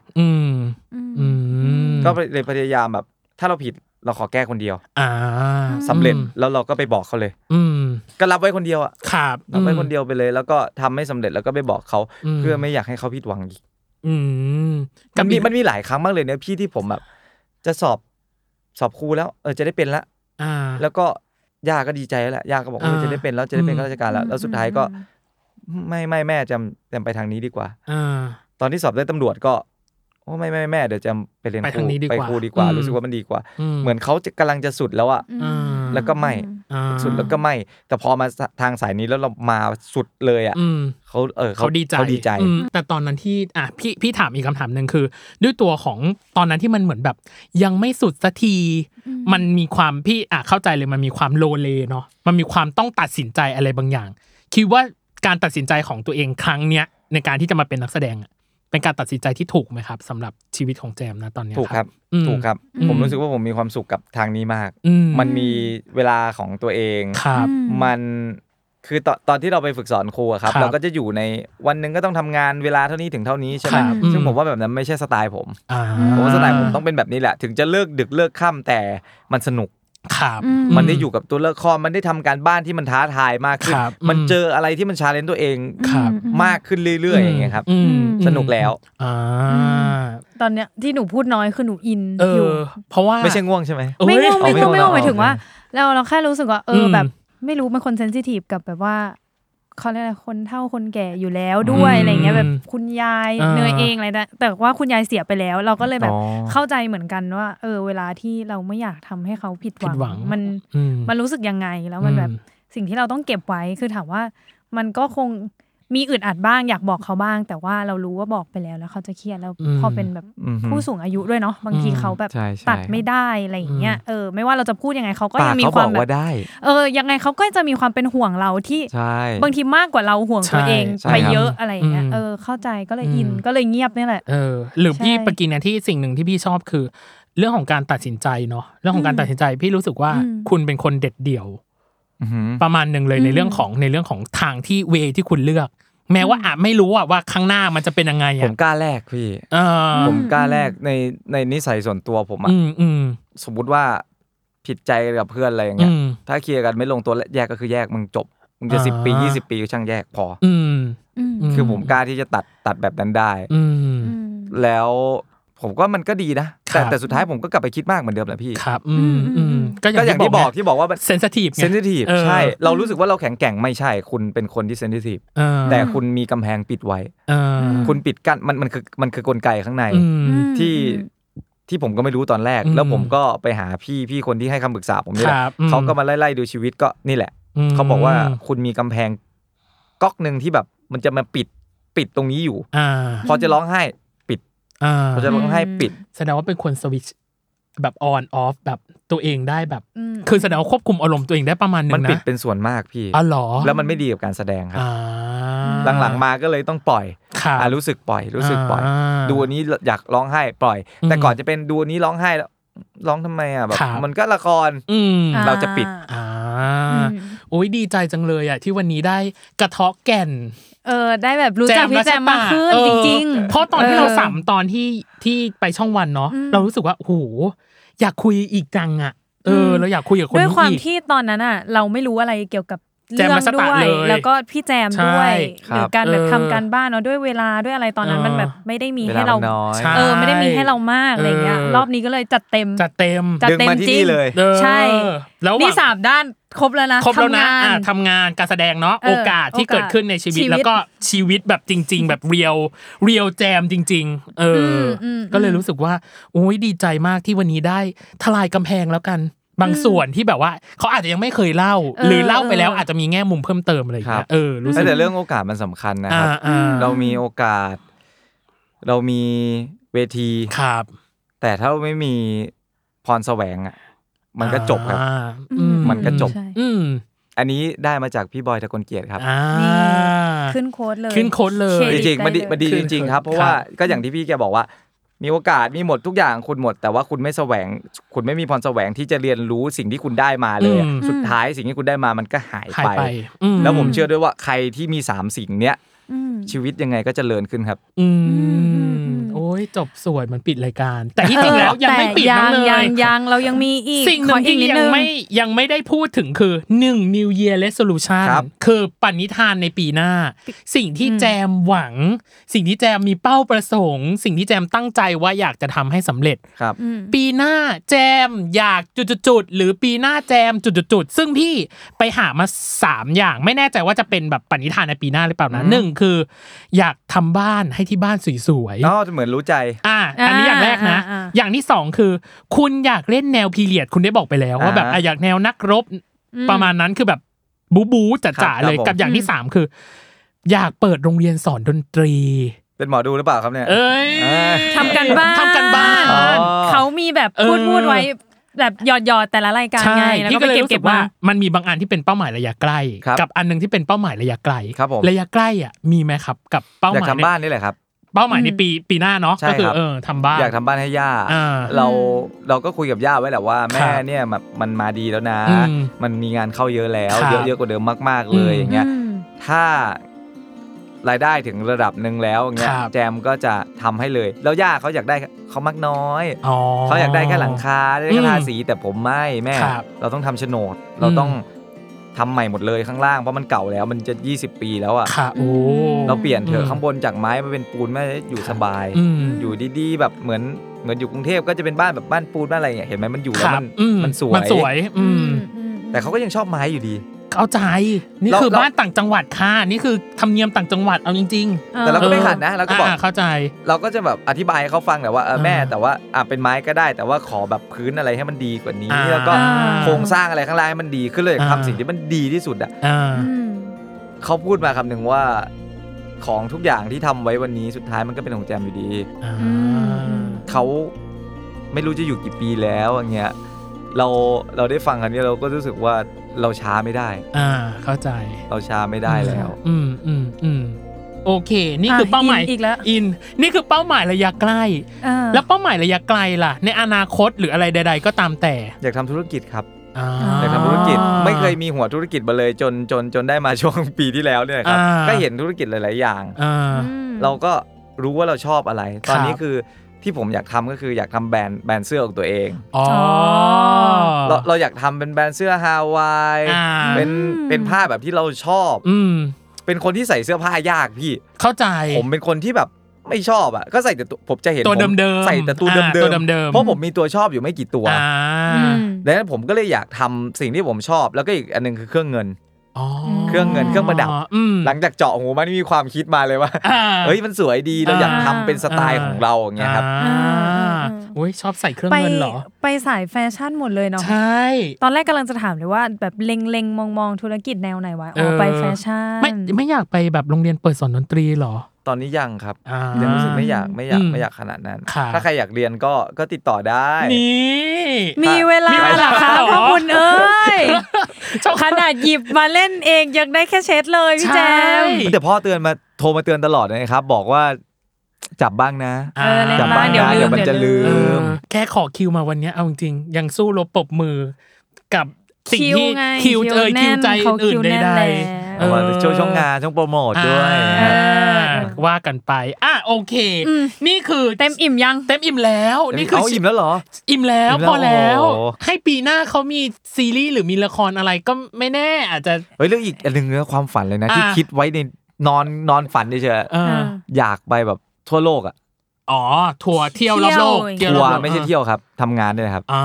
ก็เลยพยายามแบบถ้าเราผิดเราขอแก้คนเดียวอ่าสำเร็จแล้วเราก็ไปบอกเขาเลยก็รับไว้คนเดียวอ่ะครับรับไว้คนเดียวไปเลยแล้วก็ทำไม่สำเร็จแล้วก็ไปบอกเขาเพื่อไม่อยากให้เขาผิดหวังอีกอืมมันมีมันมีหลายครั้งมากเลยเนี่ยพี่ที่ผมแบบจะสอบสอบครูแล้วเออจะได้เป็นละอ่าแล้วก็ย่าก็ดีใจแล้วแหละย่าก็บอกว่าจะได้เป็นแล้วจะได้เป็นข้าราชการแล้วแล้วสุดท้ายก็ไม่ไม่แม่จำจำไปทางนี้ดีกว่าตอนที่สอบได้ตำรวจก็โอ้ไม่ไม่แม่เดี๋ยวจะไปเรียนครูไปครูดีกว่ารู้สึกว่ามันดีกว่าเหมือนเขากำลังจะสุดแล้วอะแล้วก็ไม่สุดแล้วก็ไม่แต่พอมาทางสายนี้แล้วเรามาสุดเลยอะเขาเออเขาดีใจเขาดีใจแต่ตอนนั้นที่อ่ะพี่พี่ถามอีกคำถามนึงคือด้วยตัวของตอนนั้นที่มันเหมือนแบบยังไม่สุดสักทีมันมีความพี่อ่ะเข้าใจเลยมันมีความโลเลเนาะมันมีความต้องตัดสินใจอะไรบางอย่างคิดว่าการตัดสินใจของตัวเองครั้งเนี้ยในการที่จะมาเป็นนักแสดงเป็นการตัดสินใจที่ถูกไหมครับสำหรับชีวิตของแจมนะตอนนี้ถูกครับถูกครับผมรู้สึกว่าผมมีความสุขกับทางนี้มากมันมีเวลาของตัวเองมันคือตอนตอนที่เราไปฝึกสอนครูครับเราก็จะอยู่ในวันนึงก็ต้องทำงานเวลาเท่านี้ถึงเท่านี้ใช่ไหมซึ่งผมว่าแบบนั้นไม่ใช่สไตล์ผมผมว่าสไตล์ผมต้องเป็นแบบนี้แหละถึงจะเลิกดึกเลิกค่ำแต่มันสนุกครับมันได้อยู่กับตัวละครมันได้ทำการบ้านที่มันท้าทายมากขึ้นมันเจออะไรที่มันชาเลนจ์ตัวเองมากขึ้นเรื่อยๆอย่างเงี้ยครับสนุกแล้วตอนเนี้ยที่หนูพูดน้อยคือหนูอินอยู่เพราะว่าไม่ใช่ง่วงใช่ไหมไม่ง่วงไม่ง่วงไม่ง่วงหมายถึงว่าเราเราแค่รู้สึกว่าเออแบบไม่รู้เป็นคนเซนซิทีฟกับแบบว่าเขาเรียกอะไรคนเฒ่าคนแก่อยู่แล้วด้วยอะไรเงี้ยแบบคุณยายเนยเองอะไรแต่แต่ว่าคุณยายเสียไปแล้วเราก็เลยแบบเข้าใจเหมือนกันว่าเออเวลาที่เราไม่อยากทำให้เขาผิดหวังมันมันรู้สึกยังไงแล้วมันแบบสิ่งที่เราต้องเก็บไว้คือถามว่ามันก็คงมีอึดอัดบ้างอยากบอกเขาบ้างแต่ว่าเรารู้ว่าบอกไปแล้วแล้วเขาจะเครียดแล้วพอเป็นแบบผู้สูงอายุด้วยเนาะบางทีเขาแบบตัดไม่ได้อะไรอย่างเงี้ยเออไม่ว่าเราจะพูดยังไงเขาก็ยังมีความแบบเออยังไงเขาก็จะมีความเป็นห่วงเราที่บางทีมากกว่าเราห่วงตัวเองไปเยอะอะไรอย่างเงี้ยเออเข้าใจก็เลยอินก็เลยเงียบนี่แหละเออหรือพี่ปะกินเนี่ยที่สิ่งหนึ่งที่พี่ชอบคือเรื่องของการตัดสินใจเนาะเรื่องของการตัดสินใจพี่รู้สึกว่าคุณเป็นคนเด็ดเดี่ยวประมาณนึงเลยในเรื่องของในเรื่องของทางที่เวที่คุณเลือกแม้ว่าอาจไม่รู้อ่ะว่าข้างหน้ามันจะเป็นยังไงอ่ะผมกล้าแลกพี่ผมกล้าแลกในในนิสัยส่วนตัวผมอ่ะสมมุติว่าผิดใจกับเพื่อนอะไรอย่างเงี้ยถ้าเคลียร์กันไม่ลงตัวแยกก็คือแยกมึงจบมึงจะสิบปียี่สิบปีก็ช่างแยกพอคือผมกล้าที่จะตัดตัดแบบนั้นได้แล้วผมก็มันก็ดีนะแต่แต่สุดท้ายผมก็กลับไปคิดมากเหมือนเดิมแหละพี่ครับก็อย่างที่บอกที่บอกว่าเซนซิทีฟเซนซิทีฟใช่เรารู้สึกว่าเราแข็งแกร่งไม่ใช่คุณเป็นคนที่เซนซิทีฟแต่คุณมีกำแพงปิดไว้คุณปิดกั้นมันมันคือมันคือกลไกข้างในที่ที่ผมก็ไม่รู้ตอนแรกแล้วผมก็ไปหาพี่พี่คนที่ให้คำปรึกษาผมนี่แหละเขาก็มาไล่ๆดูชีวิตก็นี่แหละเขาบอกว่าคุณมีกำแพงก๊อกนึงที่แบบมันจะมาปิดปิดตรงนี้อยู่พอจะร้องไห้เขาจะต้องให้ปิดแสดงว่าเป็นคนสวิตช์แบบออนออฟแบบตัวเองได้แบบคือแสดงว่าควบคุมอารมณ์ตัวเองได้ประมาณนึงนะมันปิดเป็นส่วนมากพี่อ๋อเหรอแล้วมันไม่ดีกับการแสดงครับหลังๆมาก็เลยต้องปล่อยอ่ะรู้สึกปล่อยรู้สึกปล่อยดูอันนี้อยากร้องไห้ปล่อยแต่ก่อนจะเป็นดูอันนี้ร้องไห้แล้วร้องทำไมอ่ะแบบมันก็ละครเราจะปิดอ่าโอ้ยดีใจจังเลยอ่ะที่วันนี้ได้กระเทาะแก่นเออได้แบบรู้จักพี่แจมมากขึ้นจริงๆเพราะตอนที่เราสัมตอนที่ที่ไปช่องวันเนาะเรารู้สึกว่าโอ้โหอยากคุยอีกจังอ่ะเออเราอยากคุยกับคนนี้อีกด้วยความที่ตอนนั้นอ่ะเราไม่รู้อะไรเกี่ยวกับเรื่องด้วยแล้วก็พี่แจมด้วยหรือการแบบทำการบ้านเนาะด้วยเวลาด้วยอะไรตอนนั้นมันแบบไม่ได้มีให้เราเออไม่ได้มีให้เรามากอะไรเงี้ยรอบนี้ก็เลยจัดเต็มจัดเต็มจัดเต็มจริงใช่แล้วนี่สามด้านครบแล้วนะครบแล้วนะทำงานการแสดงเนาะโอกาสที่เกิดขึ้นในชีวิตแล้วก็ชีวิตแบบจริงๆแบบเรียลเรียลแจมจริงๆเออก็เลยรู้สึกว่าโอ้ยดีใจมากที่วันนี้ได้ทลายกำแพงแล้วกันบางส่วนที่แบบว่าเขาอาจจะยังไม่เคยเล่าหรือเล่าไปแล้วอาจจะมีแง่มุมเพิ่มเติมอะไรอย่างเงี้ยเออรู้สึกแต่เรื่องโอกาสมันสำคัญนะครับเรามีโอกาสเรามีเวทีครับแต่ถ้าไม่มีพรแสวงอ่ะมันก็จบครับมันก็จบอันนี้ได้มาจากพี่บอยทะกลเกียรติครับขึ้นโค้ดเลยขึ้นโค้ดเลยจริงๆมันดีมันดีจริงๆครับเพราะว่าก็อย่างที่พี่แกบอกว่ามีโอกาสมีหมดทุกอย่างคุณหมดแต่ว่าคุณไม่แสวงคุณไม่มีพรแสวงที่จะเรียนรู้สิ่งที่คุณได้มาเลยสุดท้ายสิ่งที่คุณได้มามันก็หายไปแล้วผมเชื่อด้วยว่าใครที่มีสามสิ่งเนี้ยชีวิตยังไงก็เจริญขึ้นครับอืมโอ้ยยจบสวยมันปิดรายการแต่ที่จริงแล้วยังไม่ปิดน้องเนยยังยังเรายังมีอีกสิ่งหนึ่งที่ยังไม่ยังไม่ได้พูดถึงคือหนึ่ง New Year Resolution คือปณิธานในปีหน้าสิ่งที่แจมหวังสิ่งที่แจมมีเป้าประสงค์สิ่งที่แจมตั้งใจว่าอยากจะทำให้สำเร็จปีหน้าแจมอยากจุดๆหรือปีหน้าแจมจุดๆซึ่งพี่ไปหามาสามอย่างไม่แน่ใจว่าจะเป็นแบบปณิธานในปีหน้าหรือเปล่านะหนึ่งคืออยากทำบ้านให้ที่บ้านสวยๆอ๋อจะเหมือนรู้ใจอ่าอันนี้อย่างแรกนะอย่างที่สองคือคุณอยากเล่นแนวพีเรียดคุณได้บอกไปแล้วว่าแบบอยากแนวนักรบประมาณนั้นคือแบบบูบูจ๋าๆเลยกับอย่างที่สามคืออยากเปิดโรงเรียนสอนดนตรีเป็นหมอดูหรือเปล่าครับเนี่ยเอ้ยทำกันบ้านทำกันบ้านเขามีแบบพูดพูดไว้แบบหยอดๆแต่ละรายการไงแล้วก็ไปเก็บๆว่ามันมีบางอันที่เป็นเป้าหมายระยะใกล้กับอันนึงที่เป็นเป้าหมายระยะไกลระยะใกล้อ่ะมีไหมครับกับเป้าหมายอยากทำบ้านนี่แหละครับเป้าหมายในปีปีหน้าเนาะก็คือเออทำบ้านอยากทำบ้านให้ย่าเราเราก็คุยกับย่าไว้แหละว่าแม่เนี่ยมันมาดีแล้วนะมันมีงานเข้าเยอะแล้วเยอะเยอะกว่าเดิมมากๆเลยอย่างเงี้ยถ้ารายได้ถึงระดับนึงแล้วอย่างเงี้ยแจมก็จะทำให้เลยแล้วย่าเขาอยากได้เขามักน้อยเขาอยากได้แค่หลังคาได้แค่ทาสีแต่ผมไม่แม่เราต้องทำโฉนดเราต้องทำใหม่หมดเลยข้างล่างเพราะมันเก่าแล้วมันจะยี่สิบปีแล้วอ่ะเราเปลี่ยนเถอะข้างบนจากไม้มาเป็นปูนแม่อยู่สบายอยู่ดีๆแบบเหมือนเหมือนอยู่กรุงเทพก็จะเป็นบ้านแบบบ้านปูนบ้านอะไรอย่างเงี้ยเห็นไหมมันอยู่แล้วมันมันสวยมันสวยแต่เขาก็ยังชอบไม้อยู่ดีเข้าใจนี่คือบ้านต่างจังหวัดค่ะนี่คือธรรมเนียมต่างจังหวัดเอาจริงๆแต่เราก็ไม่ขัดนะเราก็บอกเข้าใจเราก็จะแบบอธิบายให้เขาฟังแหละว่าแม่แต่ว่าอ่ะเป็นไม้ก็ได้แต่ว่าขอแบบพื้นอะไรให้มันดีกว่านี้แล้วก็โครงสร้างอะไรข้างล่างให้มันดีขึ้นเลยทำสิ่งที่มันดีที่สุดอ่ะเขาพูดมาคำหนึ่งว่าของทุกอย่างที่ทำไว้วันนี้สุดท้ายมันก็เป็นของแจมอยู่ดีเขาไม่รู้จะอยู่กี่ปีแล้วอย่างเงี้ยเราเราได้ฟังอันนี้เราก็รู้สึกว่าเราช้าไม่ได้อ่าเข้าใจเราช้าไม่ได้แล้วอืมอืมอืมโอเคนี่คือเป้าหมายอินนี่คือเป้าหมายระยะใกล้แล้วเป้าหมายระยะไกลล่ะในอนาคตหรืออะไรใดๆก็ตามแต่อยากทำธุรกิจครับอยากทำธุรกิจไม่เคยมีหัวธุรกิจมาเลยจนจนจนได้มาช่วงปีที่แล้วเนี่ยครับก็เห็นธุรกิจหลายๆอย่างเราก็รู้ว่าเราชอบอะไรตอนนี้คือที่ผมอยากทำก็คืออยากทำแบรนด์แบรนด์เสื้อของตัวเองอ๋อเราเราอยากทำเป็นแบรนด์เสื้อฮาวายเป็นเป็นผ้าแบบที่เราชอบเป็นคนที่ใส่เสื้อผ้ายากพี่เข้าใจผมเป็นคนที่แบบไม่ชอบอ่ะก็ใส่แต่ผมจะเห็นตัวเดิมๆใส่แต่ตัวเดิมๆเพราะผมมีตัวชอบอยู่ไม่กี่ตัวดังนั้นผมก็เลยอยากทำสิ่งที่ผมชอบแล้วก็อีกอันนึงคือเครื่องเงินเครื่องเงินเครื่องประดับหลังจากเจาะหูมันมีความคิดมาเลยว่าเฮ้ยมันสวยดีเราอยากทำเป็นสไตล์ของเราอย่างเงี้ยครับโอ้ยชอบใส่เครื่องเงินเหรอไปสายแฟชั่นหมดเลยเนาะใช่ตอนแรกกำลังจะถามเลยว่าแบบเล็งๆมองๆธุรกิจแนวไหนวะอ๋อไปแฟชั่นไม่ไม่อยากไปแบบโรงเรียนเปิดสอนดนตรีหรอตอนนี้ยังครับยังรู้สึกไม่อยากไม่อยากไม่อยากขนาดนั้นถ้าใครอยากเรียนก็ก็ติดต่อได้นี่มีเวลาเหรอคะพ่อคุณเอ้ยขนาดหยิบมาเล่นเองยังได้แค่เช็ดเลยพี่แจมแต่พ่อเตือนมาโทรมาเตือนตลอดนะครับบอกว่าจับบ้างนะจับบ้างนะเดี๋ยวมันจะลืมแค่ขอคิวมาวันนี้เอาจริงๆยังสู้รบปรบมือกับสิ่งที่คิวเอ่ยคิวใจอื่นๆใดๆเออช่วงช่วงงานช่วงโปรโมทด้วยว่ากันไปอ่ะโอเคนี่คือเต็มอิ่มยังเต็มอิ่มแล้วนี่คืออิ่มแล้วเหรออิ่มแล้วพอแล้วให้ปีหน้าเขามีซีรีส์หรือมีละครอะไรก็ไม่แน่อาจจะเฮ้ยเรื่องอีกอันนึงนะความฝันเลยนะที่คิดไว้ในนอนนอนฝันเฉยๆอยากไปแบบทั่วโลกอ่ะอ๋อทัวร์เที่ยวรอบโลกทัวร์ไม่ใช่เที่ยวครับทำงานด้วยครับอ๋อ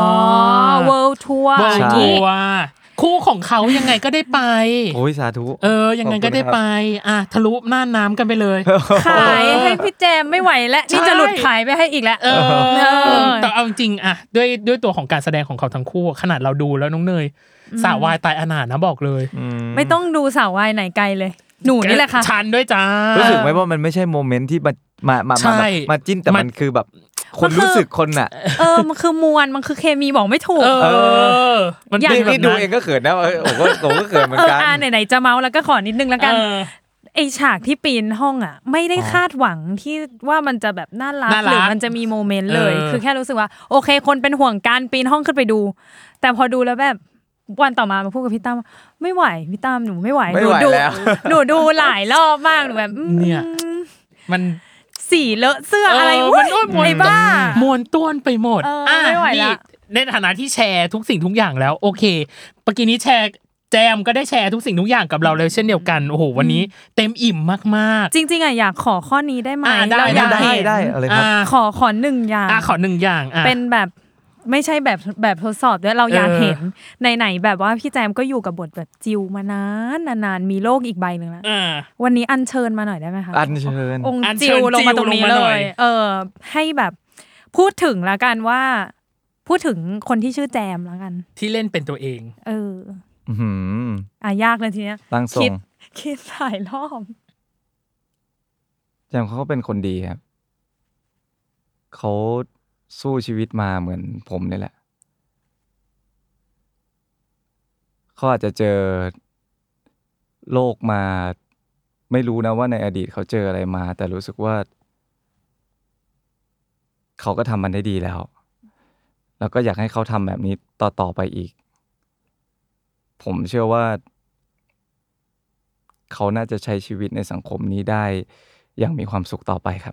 World Tour ทัวร์คู่ของเขายังไงก็ได้ไปโอ้ยสาธุเออยังไงก็ได้ไปอ่ะทะลุน่านน้ำกันไปเลยขายให้พี่แจมไม่ไหวแล้วนี่จะหลุดขายไปให้อีกแล้วเออแต่เอาจริงอ่ะด้วยด้วยตัวของการแสดงของเขาทั้งคู่ขนาดเราดูแล้วน้องเนยสาววายตายอนาถนะบอกเลยไม่ต้องดูสาววายไหนไกลเลยหนูนี่แหละค่ะชันด้วยจ้ารู้สึกไหมว่ามันไม่ใช่โมเมนต์ที่มามามามาจิ้นแต่มันคือแบบคนรู้สึกคนน่ะเออมันคือมวลมันคือเคมีบอกไม่ถูกเออมันนี่ดูเองก็เขินนะผมก็ผมก็เขินเหมือนกันอ่าไหนๆจะเมาแล้วก็ขอนิดนึงแล้วกันไอฉากที่ปีนห้องอ่ะไม่ได้คาดหวังที่ว่ามันจะแบบน่ารักหรือมันจะมีโมเมนต์เลยคือแค่รู้สึกว่าโอเคคนเป็นห่วงการปีนห้องขึ้นไปดูแต่พอดูแล้วแบบวันต่อมามาพูดกับพี่ตั้มไม่ไหวพี่ตั้มหนูไม่ไหวหนูดูหนูดูหลายรอบมากหนูแบบเนี่ยมันสสีเลอะเสื้ออะไรมันไอ้บ้ามวนต้วนไปหมดอ่ะไม่ไหวละในฐานะที่แชร์ทุกสิ่งทุกอย่างแล้วโอเคเมื่อกี้นี้แชร์แจมก็ได้แชร์ทุกสิ่งทุกอย่างกับเราเลยเช่นเดียวกันโอ้โหวันนี้เต็มอิ่มมากๆจริงๆอ่ะอยากขอข้อนี้ได้ไหมเราอยากได้ได้อะไรครับขอขอหนึ่งอย่างอ่ะขอหนึ่งอย่างอ่ะเป็นแบบไม่ใช่แบบแบบทดสอบด้วยเราอยากเห็นไหนๆแบบว่าพี่แจมก็อยู่กับบทแบบจิวมานานนานๆมีโลกอีกใบนึงแล้ววันนี้อัญเชิญมาหน่อยได้ไหมคะอัญเชิญองค์จิวลงมาตรงนี้เลยเออให้แบบพูดถึงละกันว่าพูดถึงคนที่ชื่อแจมแล้วกันที่เล่นเป็นตัวเองเอออ่ะยากเลยทีเนี้ยตั้งทรงคิดหลายรอบแจมเขาก็เป็นคนดีครับเขาสู้ชีวิตมาเหมือนผมนี่แหละเขาอาจจะเจอโลกมาไม่รู้นะว่าในอดีตเขาเจออะไรมาแต่รู้สึกว่าเขาก็ทำมันได้ดีแล้วแล้วก็อยากให้เขาทำแบบนี้ต่อๆไปอีกผมเชื่อว่าเขาน่าจะใช้ชีวิตในสังคมนี้ได้อย่างมีความสุขต่อไปครับ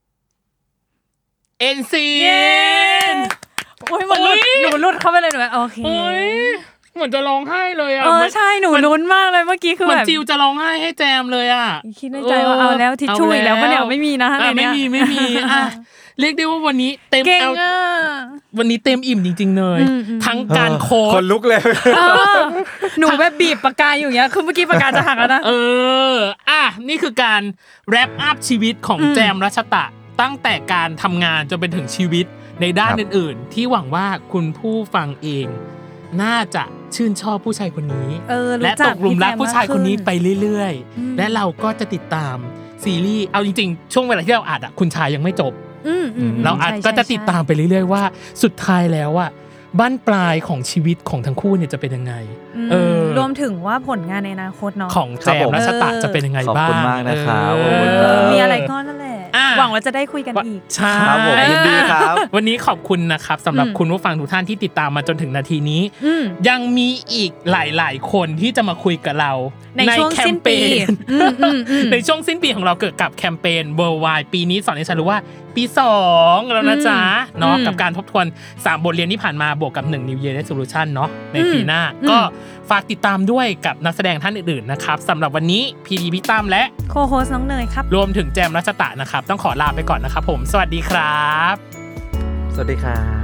เอ็นซีโอ้ยมันลุดหนูลุดเข้าไปเลยหนูโอเคเหมือนจะร้องไห้เลยอ่ะเออใช่หนูลุ้นมากเลยเมื่อกี้คือแบบจิวจะร้องไห้ให้แจมเลยอ่ะคิดในใจว่าเอาแล้วทิชชู่อีกแล้วป่ะเนี่ยไม่มีนะในเนี้ยไม่มีไม่มีอ่ะเรียกได้ว่าวันนี้เต็มเอาวันนี้เต็มอิ่มจริงๆเลยทั้งการโค้ดคนลุกเลยหนูแบบบีบปากกาอยู่อย่างเงี้ยคือเมื่อกี้ปากกาจะหักแล้วนะเอออ่ะนี่คือการแรปอัพชีวิตของแจมรัชตะตั้งแต่การทำงานจนไปถึงชีวิตในด้านอื่นๆที่หวังว่าคุณผู้ฟังเองน่าจะชื่นชอบผู้ชายคนนี้และตกหลุมรักผู้ชายคนนี้ไปเรื่อยๆและเราก็จะติดตามซีรีส์เอาจริงๆช่วงเวลาที่เราอัดอ่ะคุณชายยังไม่จบเราอัดก็จะติดตามไปเรื่อยๆว่าสุดท้ายแล้วอ่ะบั้นปลายของชีวิตของทั้งคู่เนี่ยจะเป็นยังไงเออรวมถึงว่าผลงานในอนาคตเนาะของแจมรัชตะจะเป็นยังไงบ้างขอบคุณมากนะครับมีอะไรก็นั่นแหละหวังว่าจะได้คุยกันอีกครับผมยินดีครับวันนี้ขอบคุณนะครับสำหรับคุณผู้ฟังทุกท่านที่ติดตามมาจนถึงนาทีนี้ยังมีอีกหลายๆคนที่จะมาคุยกับเราในช่วงสิ้นปีในช่วงสิ้นปีของเราเกิดกับแคมเปญ Worldwide ปีนี้สอนให้ฉันรู้ว่าปีสองแล้วนะจ๊ะเนาะกับการทบทวนสามบทเรียนที่ผ่านมาบวกกับหนึ่ง New Year Resolution เนาะในปีหน้าก็ฝากติดตามด้วยกับนักแสดงท่านอื่นๆนะครับสำหรับวันนี้พีดีพี่ตั้มและโคโฮสน้องเนยครับรวมถึงแจมรัชตะนะครับต้องขอลาไปก่อนนะครับผมสวัสดีครับสวัสดีครับ